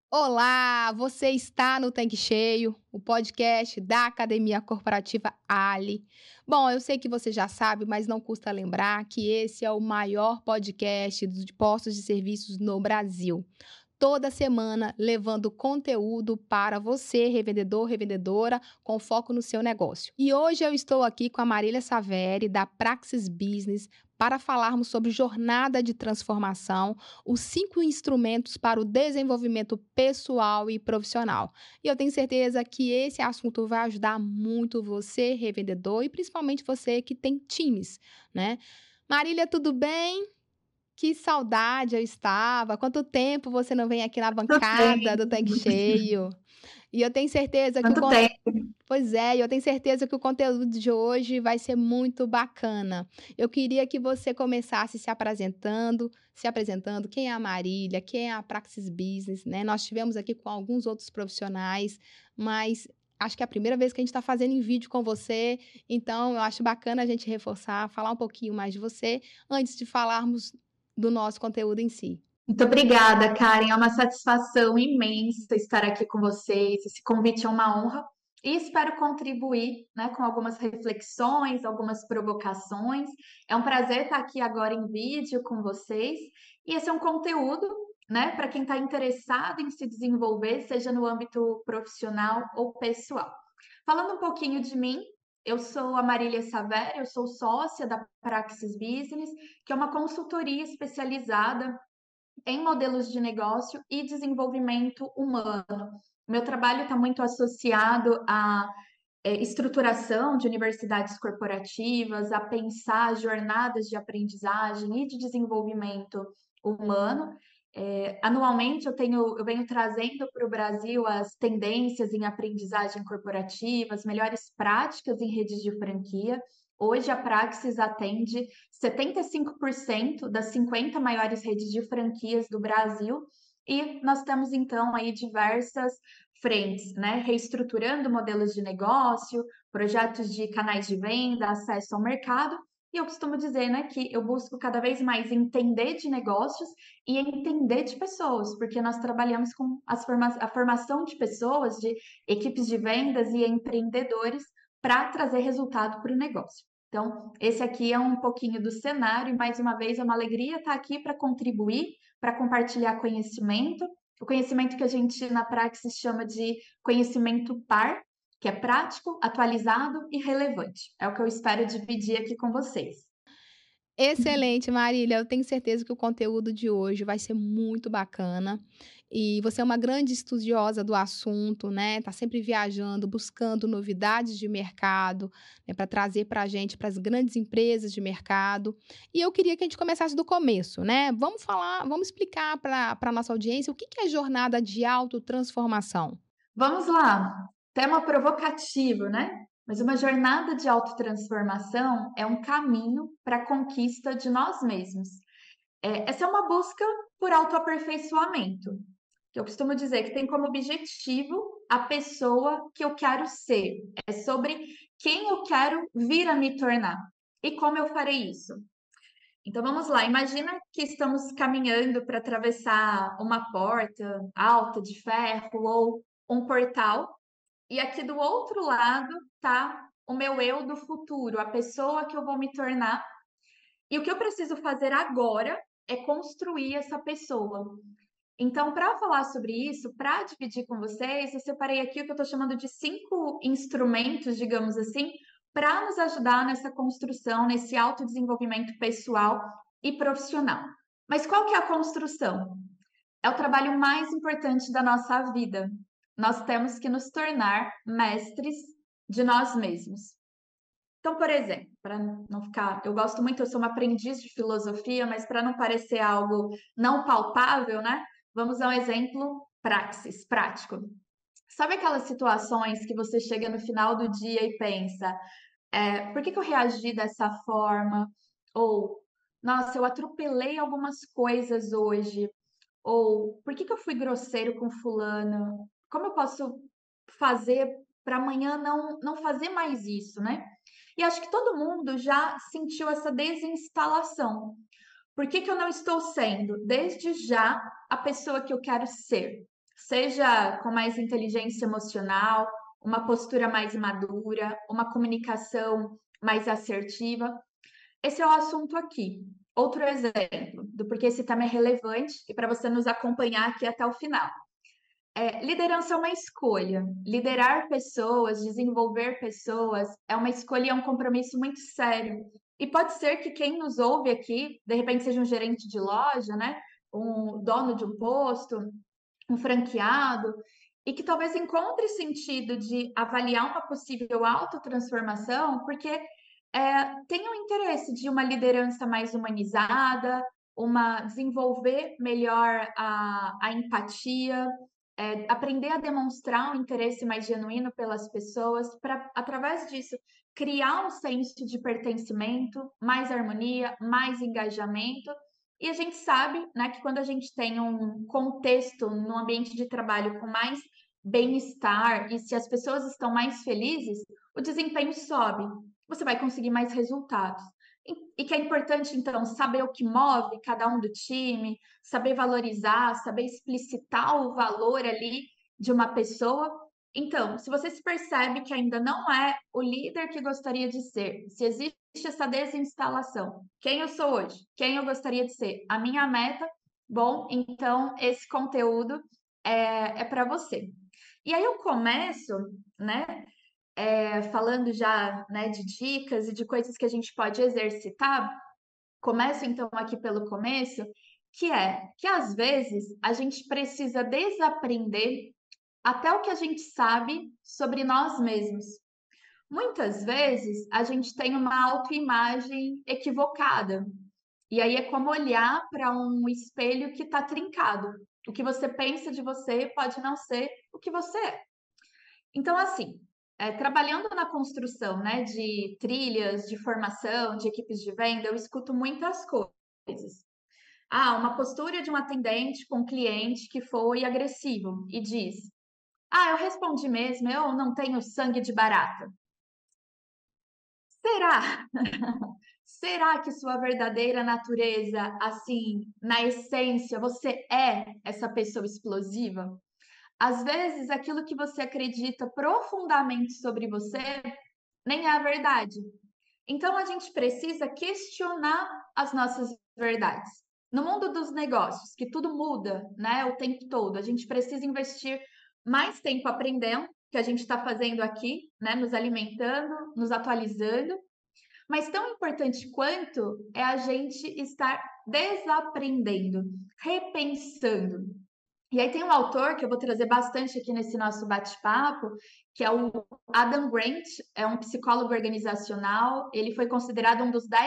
Olá, você está no Tanque Cheio, o podcast da Academia Corporativa Ali. Bom, eu sei que você já sabe, mas não custa lembrar que esse é o maior podcast de postos de serviços no Brasil. Toda semana levando conteúdo para você, revendedor, revendedora, com foco no seu negócio. E hoje eu estou aqui com a Marília Saveri, da Praxis Business, para falarmos sobre jornada de transformação, os 5 instrumentos para o desenvolvimento pessoal e profissional. E eu tenho certeza que esse assunto vai ajudar muito você, revendedor, e principalmente você que tem times, né? Marília, tudo bem? Que saudade eu estava. Quanto tempo você não vem aqui na Quanto bancada do Tanque tempo? Cheio. E eu tenho certeza que Quanto tempo? Pois é, eu tenho certeza que o conteúdo de hoje vai ser muito bacana. Eu queria que você começasse se apresentando, quem é a Marília, quem é a Praxis Business, né? Nós tivemos aqui com alguns outros profissionais, mas acho que é a primeira vez que a gente está fazendo em vídeo com você, então eu acho bacana a gente reforçar, falar um pouquinho mais de você, antes de falarmos do nosso conteúdo em si. Muito obrigada, Karen. É uma satisfação imensa estar aqui com vocês. Esse convite é uma honra e espero contribuir, né, com algumas reflexões, algumas provocações. É um prazer estar aqui agora em vídeo com vocês. E esse é um conteúdo, né, para quem está interessado em se desenvolver, seja no âmbito profissional ou pessoal. Falando um pouquinho de mim, eu sou a Marília Saveri, eu sou sócia da Praxis Business, que é uma consultoria especializada em modelos de negócio e desenvolvimento humano. Meu trabalho está muito associado à estruturação de universidades corporativas, a pensar jornadas de aprendizagem e de desenvolvimento humano. Anualmente eu venho trazendo para o Brasil as tendências em aprendizagem corporativa, as melhores práticas em redes de franquia. Hoje a Praxis atende 75% das 50 maiores redes de franquias do Brasil e nós temos então aí diversas frentes, né? Reestruturando modelos de negócio, projetos de canais de venda, acesso ao mercado. E eu costumo dizer, né, que eu busco cada vez mais entender de negócios e entender de pessoas, porque nós trabalhamos com a formação de pessoas, de equipes de vendas e empreendedores para trazer resultado para o negócio. Então, esse aqui é um pouquinho do cenário, e mais uma vez é uma alegria estar aqui para contribuir, para compartilhar conhecimento, o conhecimento que a gente na Praxis chama de conhecimento par, que é prático, atualizado e relevante. É o que eu espero dividir aqui com vocês. Excelente, Marília. Eu tenho certeza que o conteúdo de hoje vai ser muito bacana. E você é uma grande estudiosa do assunto, né? Tá sempre viajando, buscando novidades de mercado, né, para trazer para a gente, para as grandes empresas de mercado. E eu queria que a gente começasse do começo, né? Vamos explicar para a nossa audiência o que que é jornada de autotransformação. Vamos lá, tema provocativo, né? Mas uma jornada de autotransformação é um caminho para a conquista de nós mesmos. Essa é uma busca por autoaperfeiçoamento, que eu costumo dizer que tem como objetivo a pessoa que eu quero ser. É sobre quem eu quero vir a me tornar e como eu farei isso. Então vamos lá, imagina que estamos caminhando para atravessar uma porta alta de ferro ou um portal, e aqui do outro lado tá o meu eu do futuro, a pessoa que eu vou me tornar. E o que eu preciso fazer agora é construir essa pessoa. Então, para falar sobre isso, para dividir com vocês, eu separei aqui o que eu estou chamando de 5 instrumentos, digamos assim, para nos ajudar nessa construção, nesse autodesenvolvimento pessoal e profissional. Mas qual que é a construção? É o trabalho mais importante da nossa vida. Nós temos que nos tornar mestres de nós mesmos. Então, por exemplo, para não ficar, eu gosto muito, eu sou uma aprendiz de filosofia, mas para não parecer algo não palpável, né? Vamos a um exemplo praxis, prático. Sabe aquelas situações que você chega no final do dia e pensa, por que que eu reagi dessa forma? Ou, nossa, eu atropelei algumas coisas hoje. Ou, por que que eu fui grosseiro com fulano? Como eu posso fazer para amanhã não fazer mais isso, né? E acho que todo mundo já sentiu essa desinstalação. Por que que eu não estou sendo, desde já, a pessoa que eu quero ser? seja com mais inteligência emocional, uma postura mais madura, uma comunicação mais assertiva. Esse é o assunto aqui. Outro exemplo do porquê esse tema é relevante e para você nos acompanhar aqui até o final. Liderança é uma escolha. Liderar pessoas, desenvolver pessoas é uma escolha e é um compromisso muito sério. E pode ser que quem nos ouve aqui, de repente, seja um gerente de loja, né? Um dono de um posto, um franqueado, e que talvez encontre sentido de avaliar uma possível autotransformação, porque tem o interesse de uma liderança mais humanizada, desenvolver melhor a empatia, aprender a demonstrar um interesse mais genuíno pelas pessoas, para, através disso, criar um senso de pertencimento, mais harmonia, mais engajamento. E a gente sabe, né, que quando a gente tem um contexto no ambiente de trabalho com mais bem-estar e se as pessoas estão mais felizes, o desempenho sobe, você vai conseguir mais resultados. E que é importante, então, saber o que move cada um do time, saber valorizar, saber explicitar o valor ali de uma pessoa. Então, se você se percebe que ainda não é o líder que gostaria de ser, se existe essa desinstalação, quem eu sou hoje, quem eu gostaria de ser, a minha meta, bom, então esse conteúdo é para você. E aí eu começo, né, falando já, né, de dicas e de coisas que a gente pode exercitar. Começo então aqui pelo começo, que é que às vezes a gente precisa desaprender até o que a gente sabe sobre nós mesmos. Muitas vezes a gente tem uma autoimagem equivocada. E aí é como olhar para um espelho que está trincado. O que você pensa de você pode não ser o que você é. Então, assim, trabalhando na construção, né, de trilhas, de formação, de equipes de venda, eu escuto muitas coisas. Uma postura de um atendente com um cliente que foi agressivo e diz: eu respondi mesmo, eu não tenho sangue de barata. Será? Será que sua verdadeira natureza, assim, na essência, você é essa pessoa explosiva? Às vezes, aquilo que você acredita profundamente sobre você nem é a verdade. Então, a gente precisa questionar as nossas verdades. No mundo dos negócios, que tudo muda, né, o tempo todo, a gente precisa investir mais tempo aprendendo, que a gente está fazendo aqui, né, nos alimentando, nos atualizando. Mas tão importante quanto é a gente estar desaprendendo, repensando. E aí tem um autor que eu vou trazer bastante aqui nesse nosso bate-papo, que é o Adam Grant, é um psicólogo organizacional. Ele foi considerado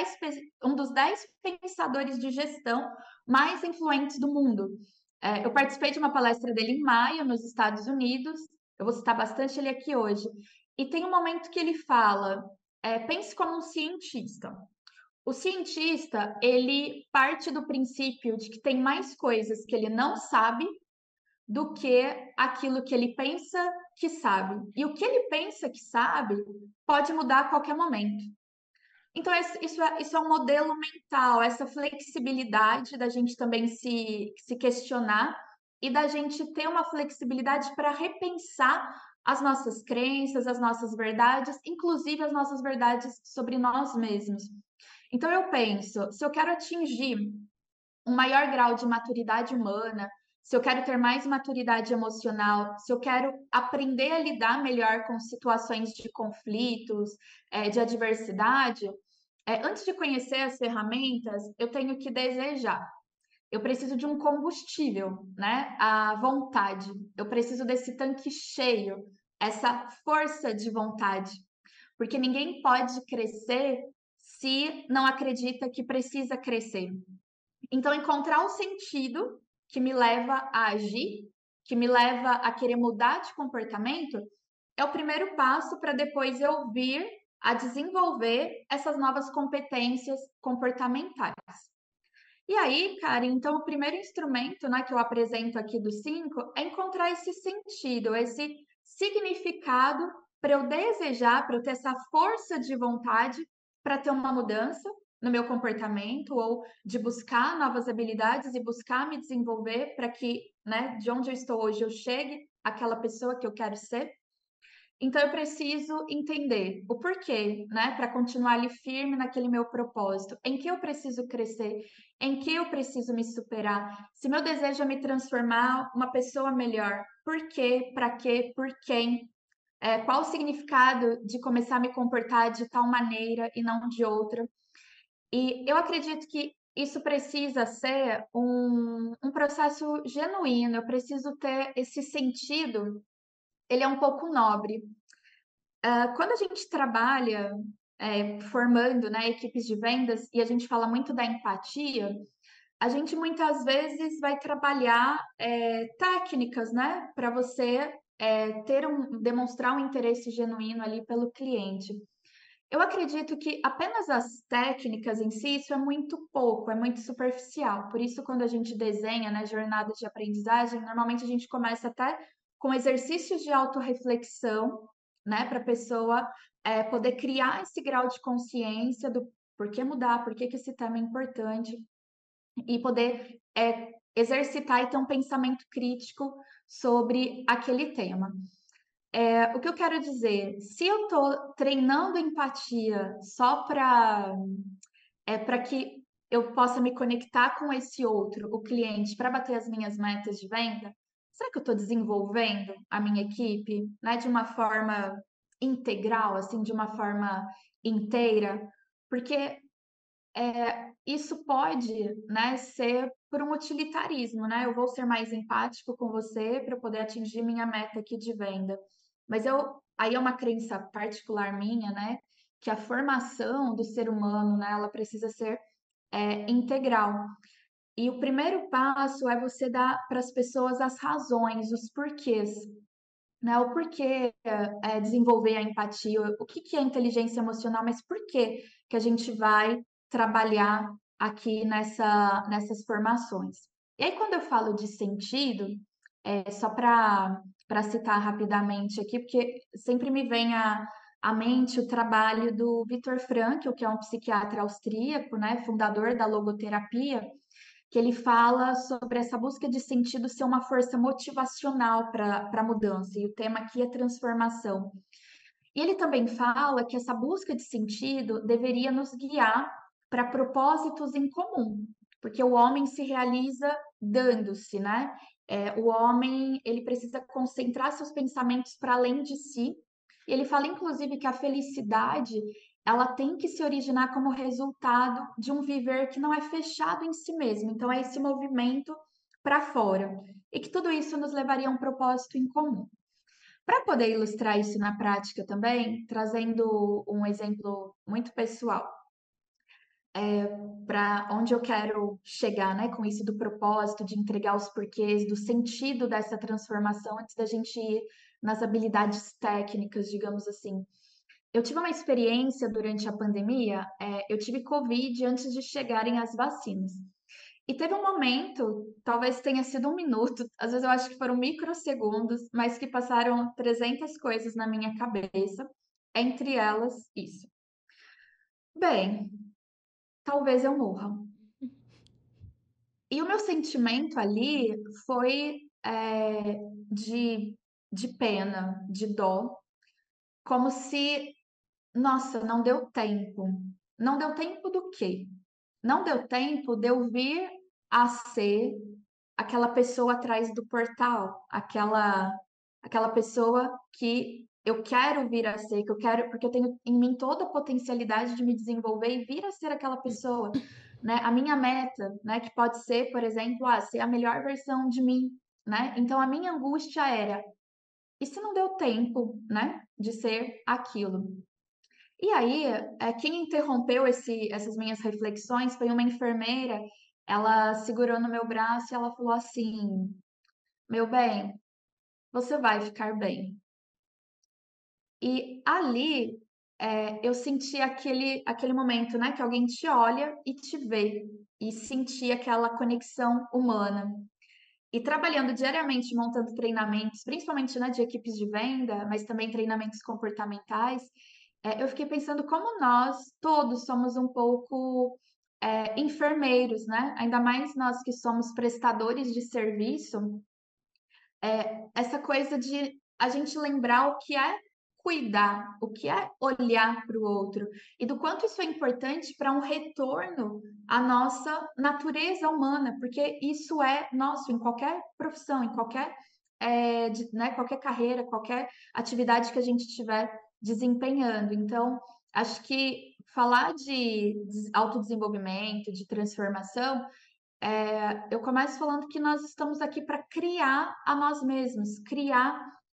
um dos 10 pensadores de gestão mais influentes do mundo. Eu participei de uma palestra dele em maio, nos Estados Unidos. Eu vou citar bastante ele aqui hoje. E tem um momento que ele fala, pense como um cientista. O cientista, ele parte do princípio de que tem mais coisas que ele não sabe do que aquilo que ele pensa que sabe. E o que ele pensa que sabe pode mudar a qualquer momento. Então, isso é um modelo mental, essa flexibilidade da gente também se questionar e da gente ter uma flexibilidade para repensar as nossas crenças, as nossas verdades, inclusive as nossas verdades sobre nós mesmos. Então, eu penso, se eu quero atingir um maior grau de maturidade humana, se eu quero ter mais maturidade emocional, se eu quero aprender a lidar melhor com situações de conflitos, de adversidade, antes de conhecer as ferramentas, eu tenho que desejar. Eu preciso de um combustível, né? A vontade. Eu preciso desse tanque cheio, essa força de vontade. Porque ninguém pode crescer se não acredita que precisa crescer. Então, encontrar um sentido que me leva a agir, que me leva a querer mudar de comportamento, é o primeiro passo para depois eu vir a desenvolver essas novas competências comportamentais. E aí, cara, então o primeiro instrumento, né, que eu apresento aqui dos 5 é encontrar esse sentido, esse significado para eu desejar, para eu ter essa força de vontade para ter uma mudança no meu comportamento ou de buscar novas habilidades e buscar me desenvolver para que, né, de onde eu estou hoje eu chegue àquela pessoa que eu quero ser. Então eu preciso entender o porquê, né, para continuar ali firme naquele meu propósito. Em que eu preciso crescer? Em que eu preciso me superar? Se meu desejo é me transformar uma pessoa melhor, por quê? Para quê? Por quem? Qual o significado de começar a me comportar de tal maneira e não de outra? E eu acredito que isso precisa ser um processo genuíno, eu preciso ter esse sentido, ele é um pouco nobre. Quando a gente trabalha formando, né, equipes de vendas e a gente fala muito da empatia, a gente muitas vezes vai trabalhar técnicas, né, para você demonstrar um interesse genuíno ali pelo cliente. Eu acredito que apenas as técnicas em si, isso é muito pouco, é muito superficial. Por isso, quando a gente desenha, né, jornadas de aprendizagem, normalmente a gente começa até com exercícios de autorreflexão, né, para a pessoa poder criar esse grau de consciência do por que mudar, por que esse tema é importante, e poder exercitar e ter um pensamento crítico sobre aquele tema. O que eu quero dizer, se eu estou treinando empatia só para que eu possa me conectar com esse outro, o cliente, para bater as minhas metas de venda, será que eu estou desenvolvendo a minha equipe, né, de uma forma integral, assim, de uma forma inteira? Porque isso pode, né, ser por um utilitarismo, né? Eu vou ser mais empático com você para poder atingir minha meta aqui de venda. Mas aí é uma crença particular minha, né? Que a formação do ser humano, né, ela precisa ser integral. E o primeiro passo é você dar para as pessoas as razões, os porquês, né? O porquê desenvolver a empatia, o que que é inteligência emocional, mas por que a gente vai trabalhar aqui nessas formações. E aí, quando eu falo de sentido, só para citar rapidamente aqui, porque sempre me vem à mente o trabalho do Viktor Frankl, que é um psiquiatra austríaco, né, fundador da logoterapia, que ele fala sobre essa busca de sentido ser uma força motivacional para a mudança, e o tema aqui é transformação. E ele também fala que essa busca de sentido deveria nos guiar para propósitos em comum, porque o homem se realiza dando-se, né? O homem ele precisa concentrar seus pensamentos para além de si. E ele fala, inclusive, que a felicidade ela tem que se originar como resultado de um viver que não é fechado em si mesmo. Então, é esse movimento para fora. E que tudo isso nos levaria a um propósito em comum. Para poder ilustrar isso na prática também, trazendo um exemplo muito pessoal, para onde eu quero chegar, né, com isso do propósito, de entregar os porquês, do sentido dessa transformação antes da gente ir nas habilidades técnicas, digamos assim. Eu tive uma experiência durante a pandemia, eu tive Covid antes de chegarem as vacinas. E teve um momento, talvez tenha sido um minuto, às vezes eu acho que foram microsegundos, mas que passaram 300 coisas na minha cabeça, entre elas isso. Bem, talvez eu morra. E o meu sentimento ali foi de pena, de dó, como se, nossa, não deu tempo. Não deu tempo do quê? Não deu tempo de eu vir a ser aquela pessoa atrás do portal, aquela pessoa que eu quero vir a ser, que eu quero, porque eu tenho em mim toda a potencialidade de me desenvolver e vir a ser aquela pessoa, né? A minha meta, né, que pode ser, por exemplo, ser a melhor versão de mim, né? Então a minha angústia era, e se não deu tempo, né, de ser aquilo? E aí, quem interrompeu essas minhas reflexões foi uma enfermeira. Ela segurou no meu braço e ela falou assim: meu bem, você vai ficar bem. E ali eu senti aquele momento, né, que alguém te olha e te vê, e senti aquela conexão humana. E trabalhando diariamente, montando treinamentos, principalmente, né, de equipes de venda, mas também treinamentos comportamentais, eu fiquei pensando como nós todos somos um pouco enfermeiros, né? Ainda mais nós que somos prestadores de serviço, essa coisa de a gente lembrar o que é cuidar, o que é olhar para o outro e do quanto isso é importante para um retorno à nossa natureza humana, porque isso é nosso em qualquer profissão, em qualquer, né, qualquer carreira, qualquer atividade que a gente estiver desempenhando. Então, acho que falar de autodesenvolvimento, de transformação, eu começo falando que nós estamos aqui para criar a nós mesmos, criar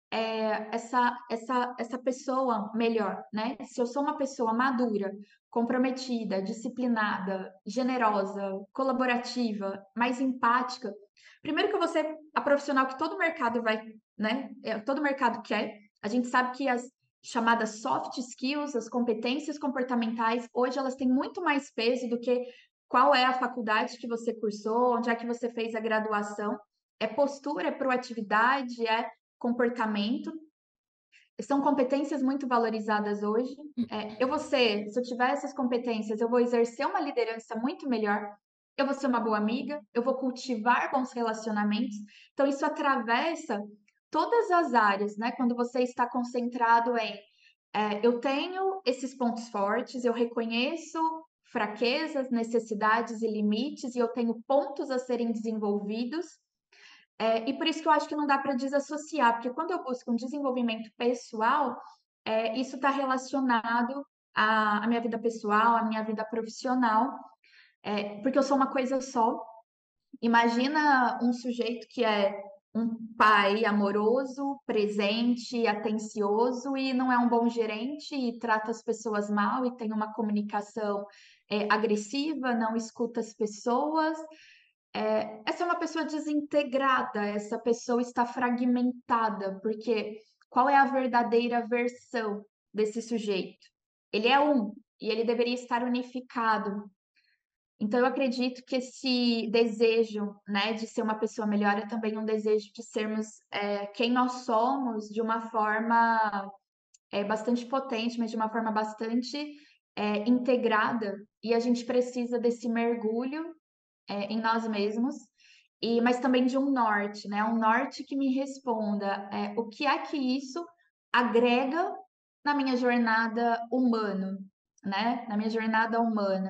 essa pessoa melhor, né? Se eu sou uma pessoa madura, comprometida, disciplinada, generosa, colaborativa, mais empática, primeiro que eu vou ser a profissional que todo mercado vai, né? Todo mercado quer. A gente sabe que as chamadas soft skills, as competências comportamentais, hoje elas têm muito mais peso do que qual é a faculdade que você cursou, onde é que você fez a graduação. É postura, é proatividade, é comportamento. São competências muito valorizadas hoje. Se eu tiver essas competências, eu vou exercer uma liderança muito melhor, eu vou ser uma boa amiga, eu vou cultivar bons relacionamentos. Então, isso atravessa todas as áreas, né? Quando você está concentrado em eu tenho esses pontos fortes, eu reconheço fraquezas, necessidades e limites, e eu tenho pontos a serem desenvolvidos. E por isso que eu acho que não dá para desassociar, porque quando eu busco um desenvolvimento pessoal, isso está relacionado à minha vida pessoal, à minha vida profissional, porque eu sou uma coisa só. Imagina um sujeito que é um pai amoroso, presente, atencioso e não é um bom gerente e trata as pessoas mal e tem uma comunicação agressiva, não escuta as pessoas. Essa é uma pessoa desintegrada, essa pessoa está fragmentada, porque qual é a verdadeira versão desse sujeito? Ele é um e ele deveria estar unificado. Então, eu acredito que esse desejo, né, de ser uma pessoa melhor é também um desejo de sermos quem nós somos de uma forma bastante potente, mas de uma forma bastante integrada. E a gente precisa desse mergulho em nós mesmos, mas também de um norte, né? Um norte que me responda o que é que isso agrega na minha jornada humana, né? Na minha jornada humana.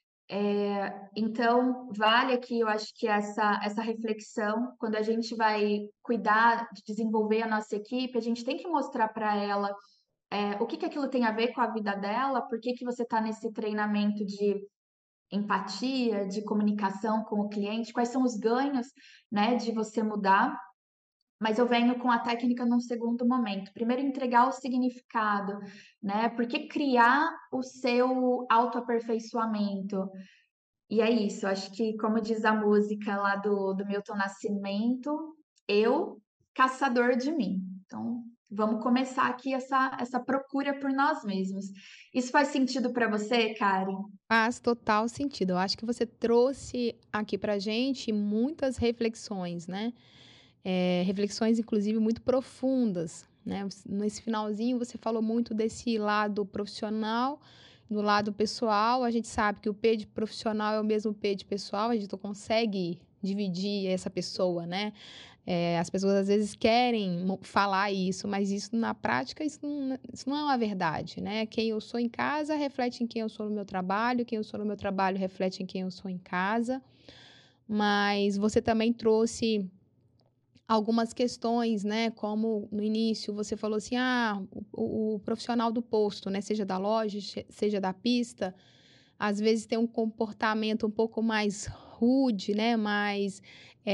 Então, vale aqui, eu acho que essa reflexão, quando a gente vai cuidar de desenvolver a nossa equipe, a gente tem que mostrar para ela o que aquilo tem a ver com a vida dela, por que você está nesse treinamento de empatia, de comunicação com o cliente, quais são os ganhos, né, de você mudar. Mas eu venho com a técnica num segundo momento. Primeiro, entregar o significado, né? Porque criar o seu autoaperfeiçoamento. E é isso, acho que, como diz a música lá do Milton Nascimento, eu, caçador de mim. Então, vamos começar aqui essa procura por nós mesmos. Isso faz sentido para você, Karen? Faz total sentido. Eu acho que você trouxe aqui pra gente muitas reflexões, né? Reflexões, inclusive, muito profundas, né? Nesse finalzinho, você falou muito desse lado profissional, do lado pessoal. A gente sabe que o P de profissional é o mesmo P de pessoal, a gente não consegue dividir essa pessoa, né? As pessoas às vezes querem falar isso, mas isso na prática, isso não é uma verdade, né? Quem eu sou em casa reflete em quem eu sou no meu trabalho, quem eu sou no meu trabalho reflete em quem eu sou em casa. Mas você também trouxe algumas questões, né? Como no início você falou assim, o profissional do posto, né? Seja da loja, seja da pista, às vezes tem um comportamento um pouco mais rude, né? Mais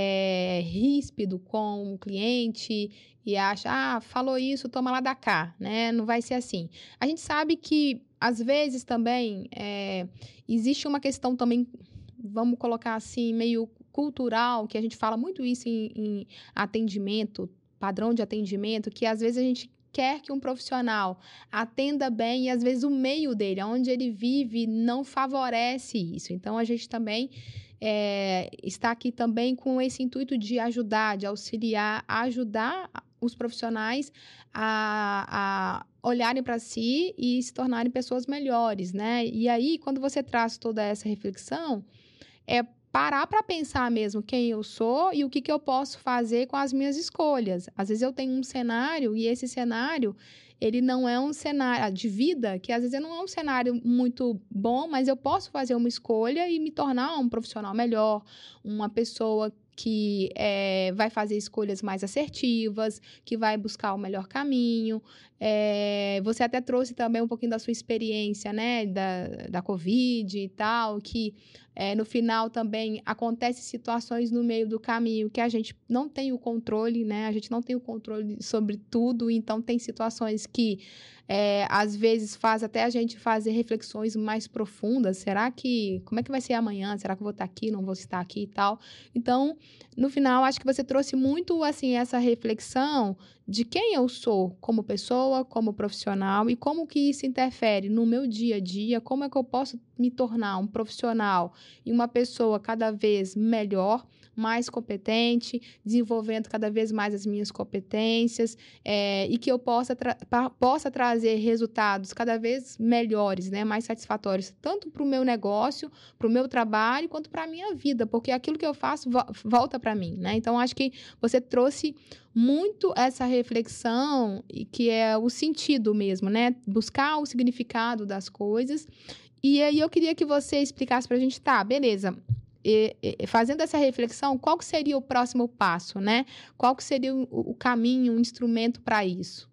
ríspido com o cliente e acha, falou isso, toma lá da cá, né? Não vai ser assim. A gente sabe que às vezes também existe uma questão também, vamos colocar assim, meio cultural, que a gente fala muito isso em atendimento, padrão de atendimento, que às vezes a gente quer que um profissional atenda bem e às vezes o meio dele, onde ele vive, não favorece isso. Então a gente também está aqui também com esse intuito de ajudar, de auxiliar, ajudar os profissionais a olharem para si e se tornarem pessoas melhores, né? E aí, quando você traz toda essa reflexão, é parar para pensar mesmo quem eu sou e o que eu posso fazer com as minhas escolhas. Às vezes eu tenho um cenário e esse cenário, ele não é um cenário de vida, que às vezes não é um cenário muito bom, mas eu posso fazer uma escolha e me tornar um profissional melhor, uma pessoa que vai fazer escolhas mais assertivas, que vai buscar o melhor caminho. Você até trouxe também um pouquinho da sua experiência, né, da Covid e tal, que no final também acontecem situações no meio do caminho que a gente não tem o controle, né? A gente não tem o controle sobre tudo, então tem situações que às vezes faz até a gente fazer reflexões mais profundas. Como é que vai ser amanhã? Será que eu vou estar aqui, não vou estar aqui e tal? Então, no final, acho que você trouxe muito, assim, essa reflexão de quem eu sou como pessoa, como profissional e como que isso interfere no meu dia a dia, como é que eu posso me tornar um profissional e uma pessoa cada vez melhor, mais competente, desenvolvendo cada vez mais as minhas competências e que eu possa trazer resultados cada vez melhores, né, mais satisfatórios, tanto para o meu negócio, para o meu trabalho, quanto para a minha vida, porque aquilo que eu faço volta para mim, né? Então, acho que você trouxe muito essa reflexão, e que é o sentido mesmo, né? Buscar o significado das coisas. E aí eu queria que você explicasse para a gente, tá, beleza, fazendo essa reflexão, qual que seria o próximo passo, né? Qual que seria o caminho, o instrumento para isso?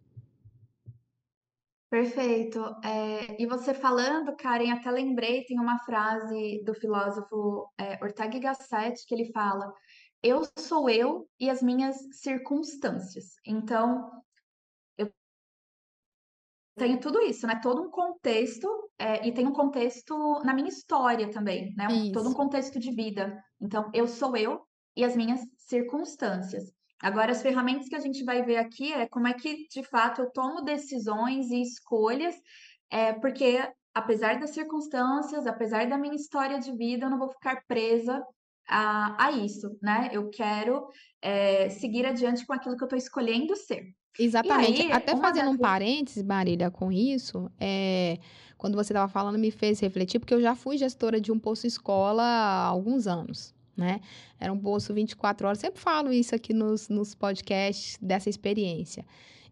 Perfeito. E você falando, Karen, até lembrei, tem uma frase do filósofo Ortega y Gasset que ele fala: eu sou eu e as minhas circunstâncias. Então, eu tenho tudo isso, né? Todo um contexto, e tem um contexto na minha história também, né? Todo um Isso. contexto de vida. Então, eu sou eu e as minhas circunstâncias. Agora, as ferramentas que a gente vai ver aqui é como é que, de fato, eu tomo decisões e escolhas, porque, apesar das circunstâncias, apesar da minha história de vida, eu não vou ficar presa a isso, né? Eu quero, seguir adiante com aquilo que eu estou escolhendo ser. E Exatamente. aí, Até uma fazendo das um parênteses, Marília, com isso, quando você estava falando, me fez refletir, porque eu já fui gestora de um posto escola há alguns anos, né? Era um posto 24 horas, sempre falo isso aqui nos podcasts dessa experiência.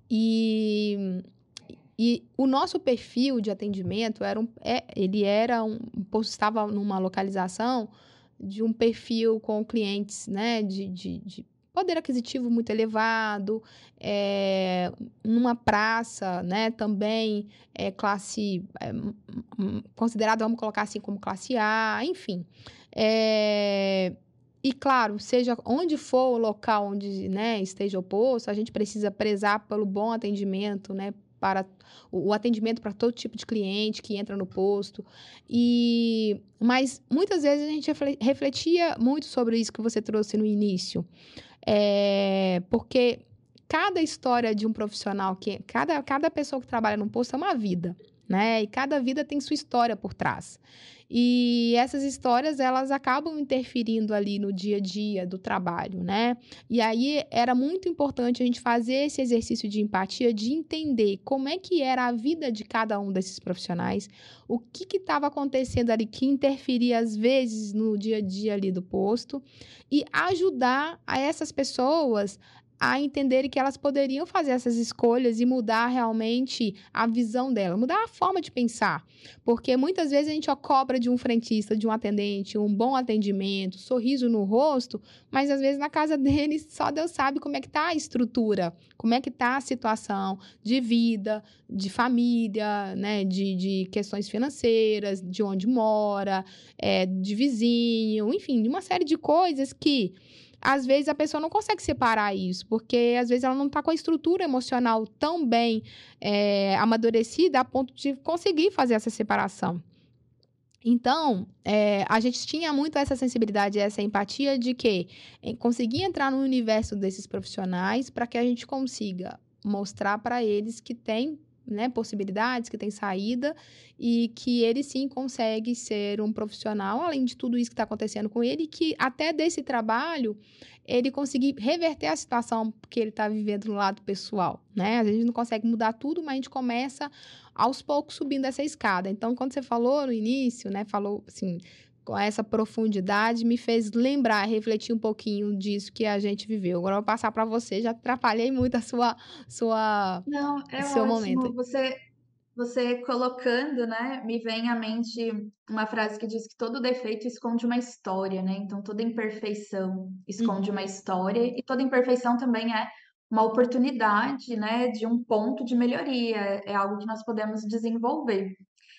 E o nosso perfil de atendimento o posto estava numa localização de um perfil com clientes, né, de poder aquisitivo muito elevado, numa praça, né, também classe considerada, vamos colocar assim, como classe A, enfim. E claro, seja onde for o local onde, né, esteja o posto, a gente precisa prezar pelo bom atendimento, né, para o atendimento para todo tipo de cliente que entra no posto. Mas muitas vezes a gente refletia muito sobre isso que você trouxe no início. Porque cada história de um profissional, cada pessoa que trabalha num posto é uma vida, né? E cada vida tem sua história por trás. E essas histórias, elas acabam interferindo ali no dia a dia do trabalho, né? E aí era muito importante a gente fazer esse exercício de empatia, de entender como é que era a vida de cada um desses profissionais, o que estava acontecendo ali que interferia às vezes no dia a dia ali do posto, e ajudar a essas pessoas a entenderem que elas poderiam fazer essas escolhas e mudar realmente a visão dela, mudar a forma de pensar. Porque muitas vezes a gente cobra de um frentista, de um atendente, um bom atendimento, sorriso no rosto, mas às vezes na casa deles só Deus sabe como é que está a estrutura, como é que está a situação de vida, de família, né, de questões financeiras, de onde mora, de vizinho, enfim, de uma série de coisas que às vezes a pessoa não consegue separar isso, porque às vezes ela não está com a estrutura emocional tão bem amadurecida a ponto de conseguir fazer essa separação. Então, a gente tinha muito essa sensibilidade, essa empatia de que conseguir entrar no universo desses profissionais para que a gente consiga mostrar para eles que tem né, possibilidades, que tem saída e que ele sim consegue ser um profissional, além de tudo isso que está acontecendo com ele, que até desse trabalho ele conseguir reverter a situação que ele está vivendo no lado pessoal, né? Às vezes a gente não consegue mudar tudo, mas a gente começa aos poucos subindo essa escada. Então, quando você falou no início, né, falou assim, com essa profundidade, me fez lembrar, refletir um pouquinho disso que a gente viveu. Agora eu vou passar para você, já atrapalhei muito a Não, é seu momento. ótimo. Você colocando, né, me vem à mente uma frase que diz que todo defeito esconde uma história, né? Então, toda imperfeição esconde Uhum. uma história e toda imperfeição também é uma oportunidade, né, de um ponto de melhoria, é algo que nós podemos desenvolver.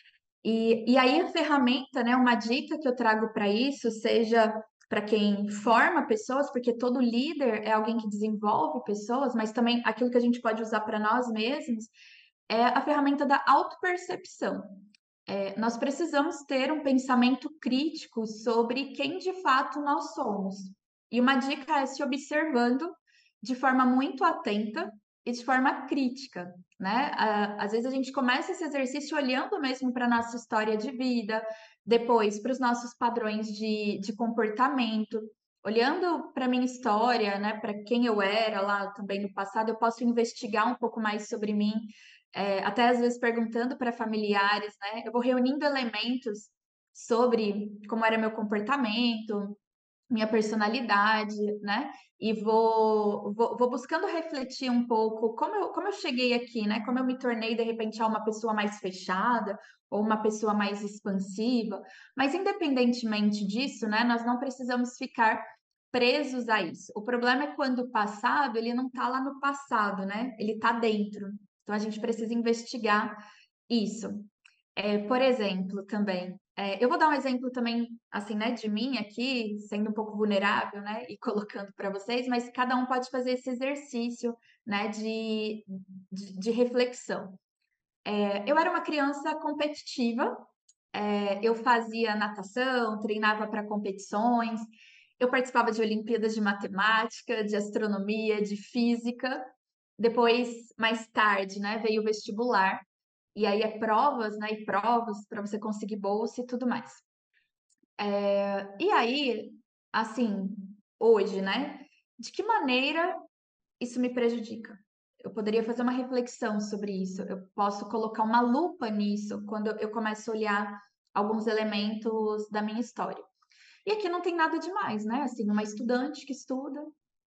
E aí a ferramenta, né, uma dica que eu trago para isso, seja para quem forma pessoas, porque todo líder é alguém que desenvolve pessoas, mas também aquilo que a gente pode usar para nós mesmos, é a ferramenta da autopercepção. Nós precisamos ter um pensamento crítico sobre quem de fato nós somos. E uma dica é se observando de forma muito atenta e de forma crítica, né? Às vezes a gente começa esse exercício olhando mesmo para a nossa história de vida, depois para os nossos padrões de comportamento, olhando para a minha história, né? Para quem eu era lá também no passado, eu posso investigar um pouco mais sobre mim, até às vezes perguntando para familiares, né? Eu vou reunindo elementos sobre como era meu comportamento, minha personalidade, né? E vou buscando refletir um pouco como eu cheguei aqui, né? Como eu me tornei, de repente, uma pessoa mais fechada ou uma pessoa mais expansiva. Mas, independentemente disso, né? Nós não precisamos ficar presos a isso. O problema é quando o passado, ele não está lá no passado, né? Ele está dentro. Então, a gente precisa investigar isso. Por exemplo, também, eu vou dar um exemplo também, assim, né, de mim aqui, sendo um pouco vulnerável, né, e colocando para vocês, mas cada um pode fazer esse exercício, né, de reflexão. Eu era uma criança competitiva, eu fazia natação, treinava para competições, eu participava de Olimpíadas de matemática, de astronomia, de física. Depois, mais tarde, né, veio o vestibular. E aí é provas, né? E provas para você conseguir bolsa e tudo mais. E aí, assim, hoje, né? De que maneira isso me prejudica? Eu poderia fazer uma reflexão sobre isso. Eu posso colocar uma lupa nisso quando eu começo a olhar alguns elementos da minha história. E aqui não tem nada demais, né? Assim, uma estudante que estuda,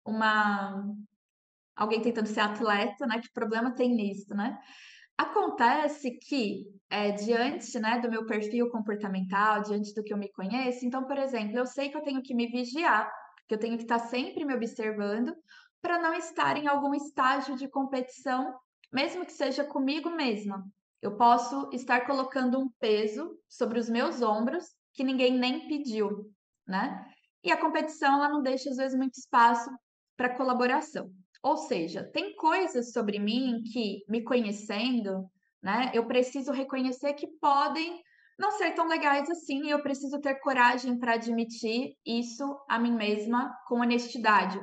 uma alguém tentando ser atleta, né? Que problema tem nisso, né? Acontece que, diante, né, do meu perfil comportamental, diante do que eu me conheço, então, por exemplo, eu sei que eu tenho que me vigiar, que eu tenho que estar sempre me observando para não estar em algum estágio de competição, mesmo que seja comigo mesma. Eu posso estar colocando um peso sobre os meus ombros que ninguém nem pediu, né? E a competição, ela não deixa, às vezes, muito espaço para colaboração. Ou seja, tem coisas sobre mim que, me conhecendo, né, eu preciso reconhecer que podem não ser tão legais assim, e eu preciso ter coragem para admitir isso a mim mesma com honestidade.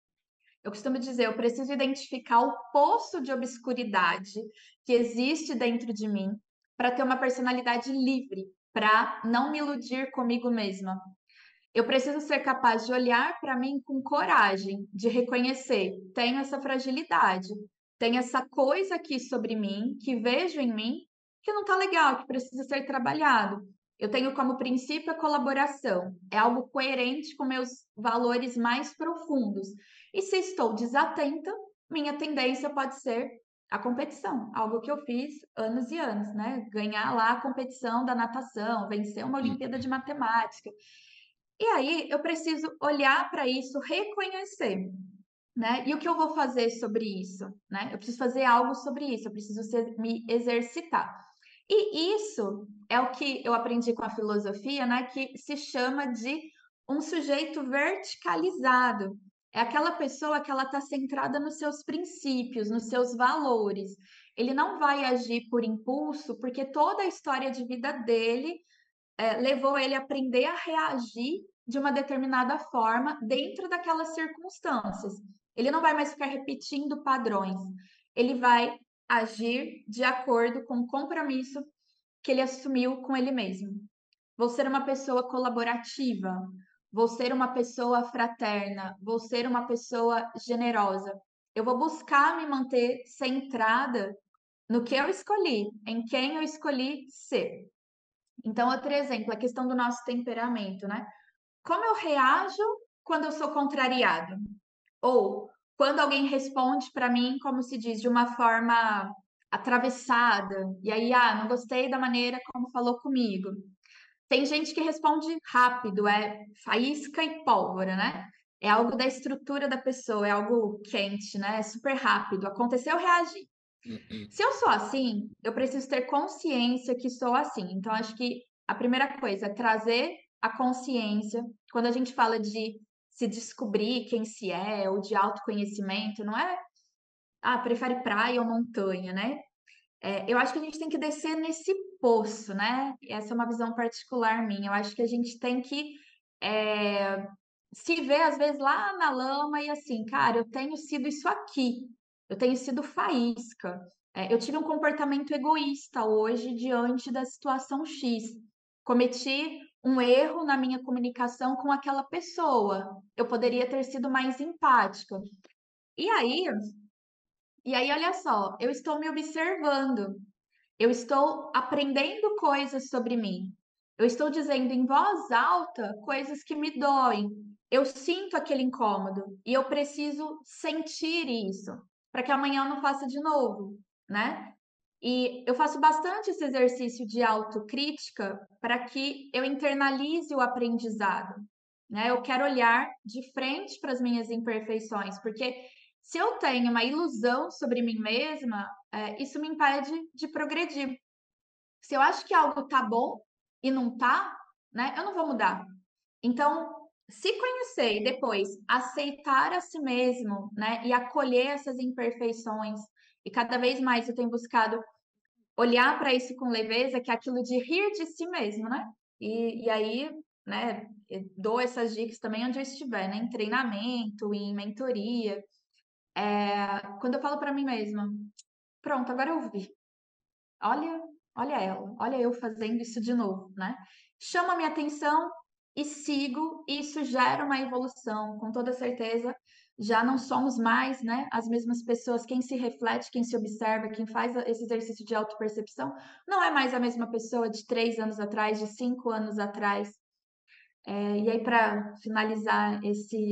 Eu costumo dizer, eu preciso identificar o poço de obscuridade que existe dentro de mim para ter uma personalidade livre, para não me iludir comigo mesma. Eu preciso ser capaz de olhar para mim com coragem, de reconhecer, tenho essa fragilidade, tenho essa coisa aqui sobre mim, que vejo em mim, que não está legal, que precisa ser trabalhado. Eu tenho como princípio a colaboração, é algo coerente com meus valores mais profundos. E se estou desatenta, minha tendência pode ser a competição, algo que eu fiz anos e anos, né? Ganhar lá a competição da natação, vencer uma Olimpíada de Matemática. E aí eu preciso olhar para isso, reconhecer, né? E o que eu vou fazer sobre isso, né? Eu preciso fazer algo sobre isso, eu preciso me exercitar. E isso é o que eu aprendi com a filosofia, né? Que se chama de um sujeito verticalizado. É aquela pessoa que ela está centrada nos seus princípios, nos seus valores. Ele não vai agir por impulso, porque toda a história de vida dele levou ele a aprender a reagir de uma determinada forma dentro daquelas circunstâncias. Ele não vai mais ficar repetindo padrões. Ele vai agir de acordo com o compromisso que ele assumiu com ele mesmo. Vou ser uma pessoa colaborativa, vou ser uma pessoa fraterna, vou ser uma pessoa generosa. Eu vou buscar me manter centrada no que eu escolhi, em quem eu escolhi ser. Então, outro exemplo, a questão do nosso temperamento, né? Como eu reajo quando eu sou contrariado? Ou quando alguém responde para mim, como se diz, de uma forma atravessada, e aí, não gostei da maneira como falou comigo. Tem gente que responde rápido, é faísca e pólvora, né? É algo da estrutura da pessoa, é algo quente, né? É super rápido. Aconteceu, reagir. Se eu sou assim, eu preciso ter consciência que sou assim. Então, acho que a primeira coisa é trazer a consciência. Quando a gente fala de se descobrir quem se é, ou de autoconhecimento, não é, prefere praia ou montanha, né? Eu acho que a gente tem que descer nesse poço, né? Essa é uma visão particular minha. Eu acho que a gente tem que é, se ver, às vezes, lá na lama e assim, cara, eu tenho sido isso aqui, eu tenho sido faísca. Eu tive um comportamento egoísta hoje diante da situação X. Cometi um erro na minha comunicação com aquela pessoa. Eu poderia ter sido mais empática. E aí, olha só, eu estou me observando. Eu estou aprendendo coisas sobre mim. Eu estou dizendo em voz alta coisas que me doem. Eu sinto aquele incômodo e eu preciso sentir isso para que amanhã eu não faça de novo, né? E eu faço bastante esse exercício de autocrítica para que eu internalize o aprendizado, né? Eu quero olhar de frente para as minhas imperfeições, porque se eu tenho uma ilusão sobre mim mesma, isso me impede de progredir. Se eu acho que algo tá bom e não tá, né, eu não vou mudar. Então, se conhecer e depois aceitar a si mesmo, né, e acolher essas imperfeições, e cada vez mais eu tenho buscado olhar para isso com leveza, que é aquilo de rir de si mesmo, né? E aí, né, eu dou essas dicas também onde eu estiver, né, em treinamento, em mentoria. Quando eu falo para mim mesma, pronto, agora eu vi. Olha, olha ela, olha eu fazendo isso de novo, né? Chama a minha atenção e sigo, e isso gera uma evolução, com toda certeza. Já não somos mais, né, as mesmas pessoas. Quem se reflete, quem se observa, quem faz esse exercício de autopercepção, não é mais a mesma pessoa de 3 anos atrás, de 5 anos atrás. E aí, para finalizar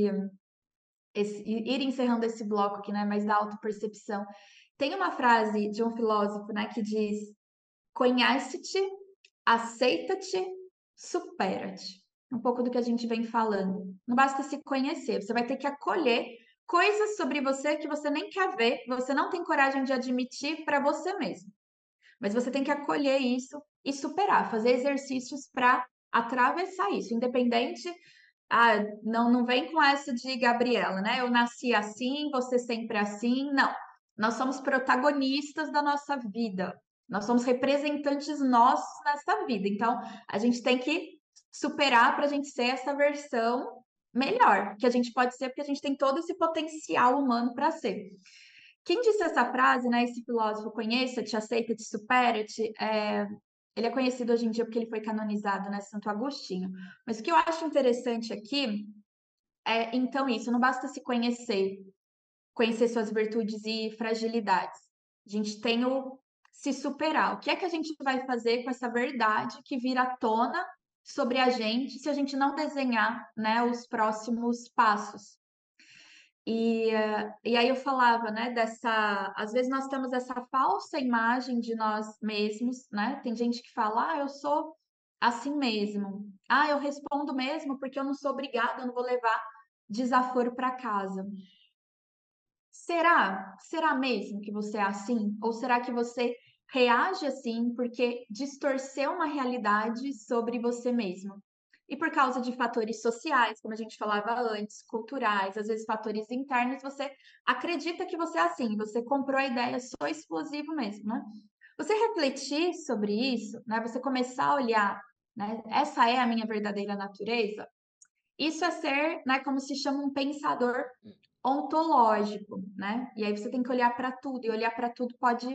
ir encerrando esse bloco aqui, né, mas da autopercepção, tem uma frase de um filósofo, né, que diz: conhece-te, aceita-te, supera-te. Um pouco do que a gente vem falando. Não basta se conhecer, você vai ter que acolher coisas sobre você que você nem quer ver, você não tem coragem de admitir para você mesmo. Mas você tem que acolher isso e superar, fazer exercícios para atravessar isso, independente. Não vem com essa de Gabriela, né? Eu nasci assim, você sempre assim. Não. Nós somos protagonistas da nossa vida. Nós somos representantes nossos nessa vida. Então, a gente tem que superar para a gente ser essa versão melhor que a gente pode ser, porque a gente tem todo esse potencial humano para ser. Quem disse essa frase, né? Esse filósofo, conheça-te, aceita-te, supera-te, ele é conhecido hoje em dia porque ele foi canonizado, né? Santo Agostinho. Mas o que eu acho interessante aqui então, isso, não basta se conhecer suas virtudes e fragilidades. A gente tem o se superar. O que é que a gente vai fazer com essa verdade que vira à tona sobre a gente se a gente não desenhar, né, os próximos passos? E aí eu falava, né, às vezes nós temos essa falsa imagem de nós mesmos, né? Tem gente que fala, eu sou assim mesmo. Eu respondo mesmo porque eu não sou obrigada, eu não vou levar desaforo para casa. Será? Será mesmo que você é assim? Ou será que você reage assim porque distorceu uma realidade sobre você mesmo? E por causa de fatores sociais, como a gente falava antes, culturais, às vezes fatores internos, você acredita que você é assim, você comprou a ideia, sou explosivo mesmo, né? Você refletir sobre isso, né? Você começar a olhar, né? Essa é a minha verdadeira natureza. Isso é ser, né, como se chama um pensador ontológico, né? E aí você tem que olhar para tudo, e olhar para tudo pode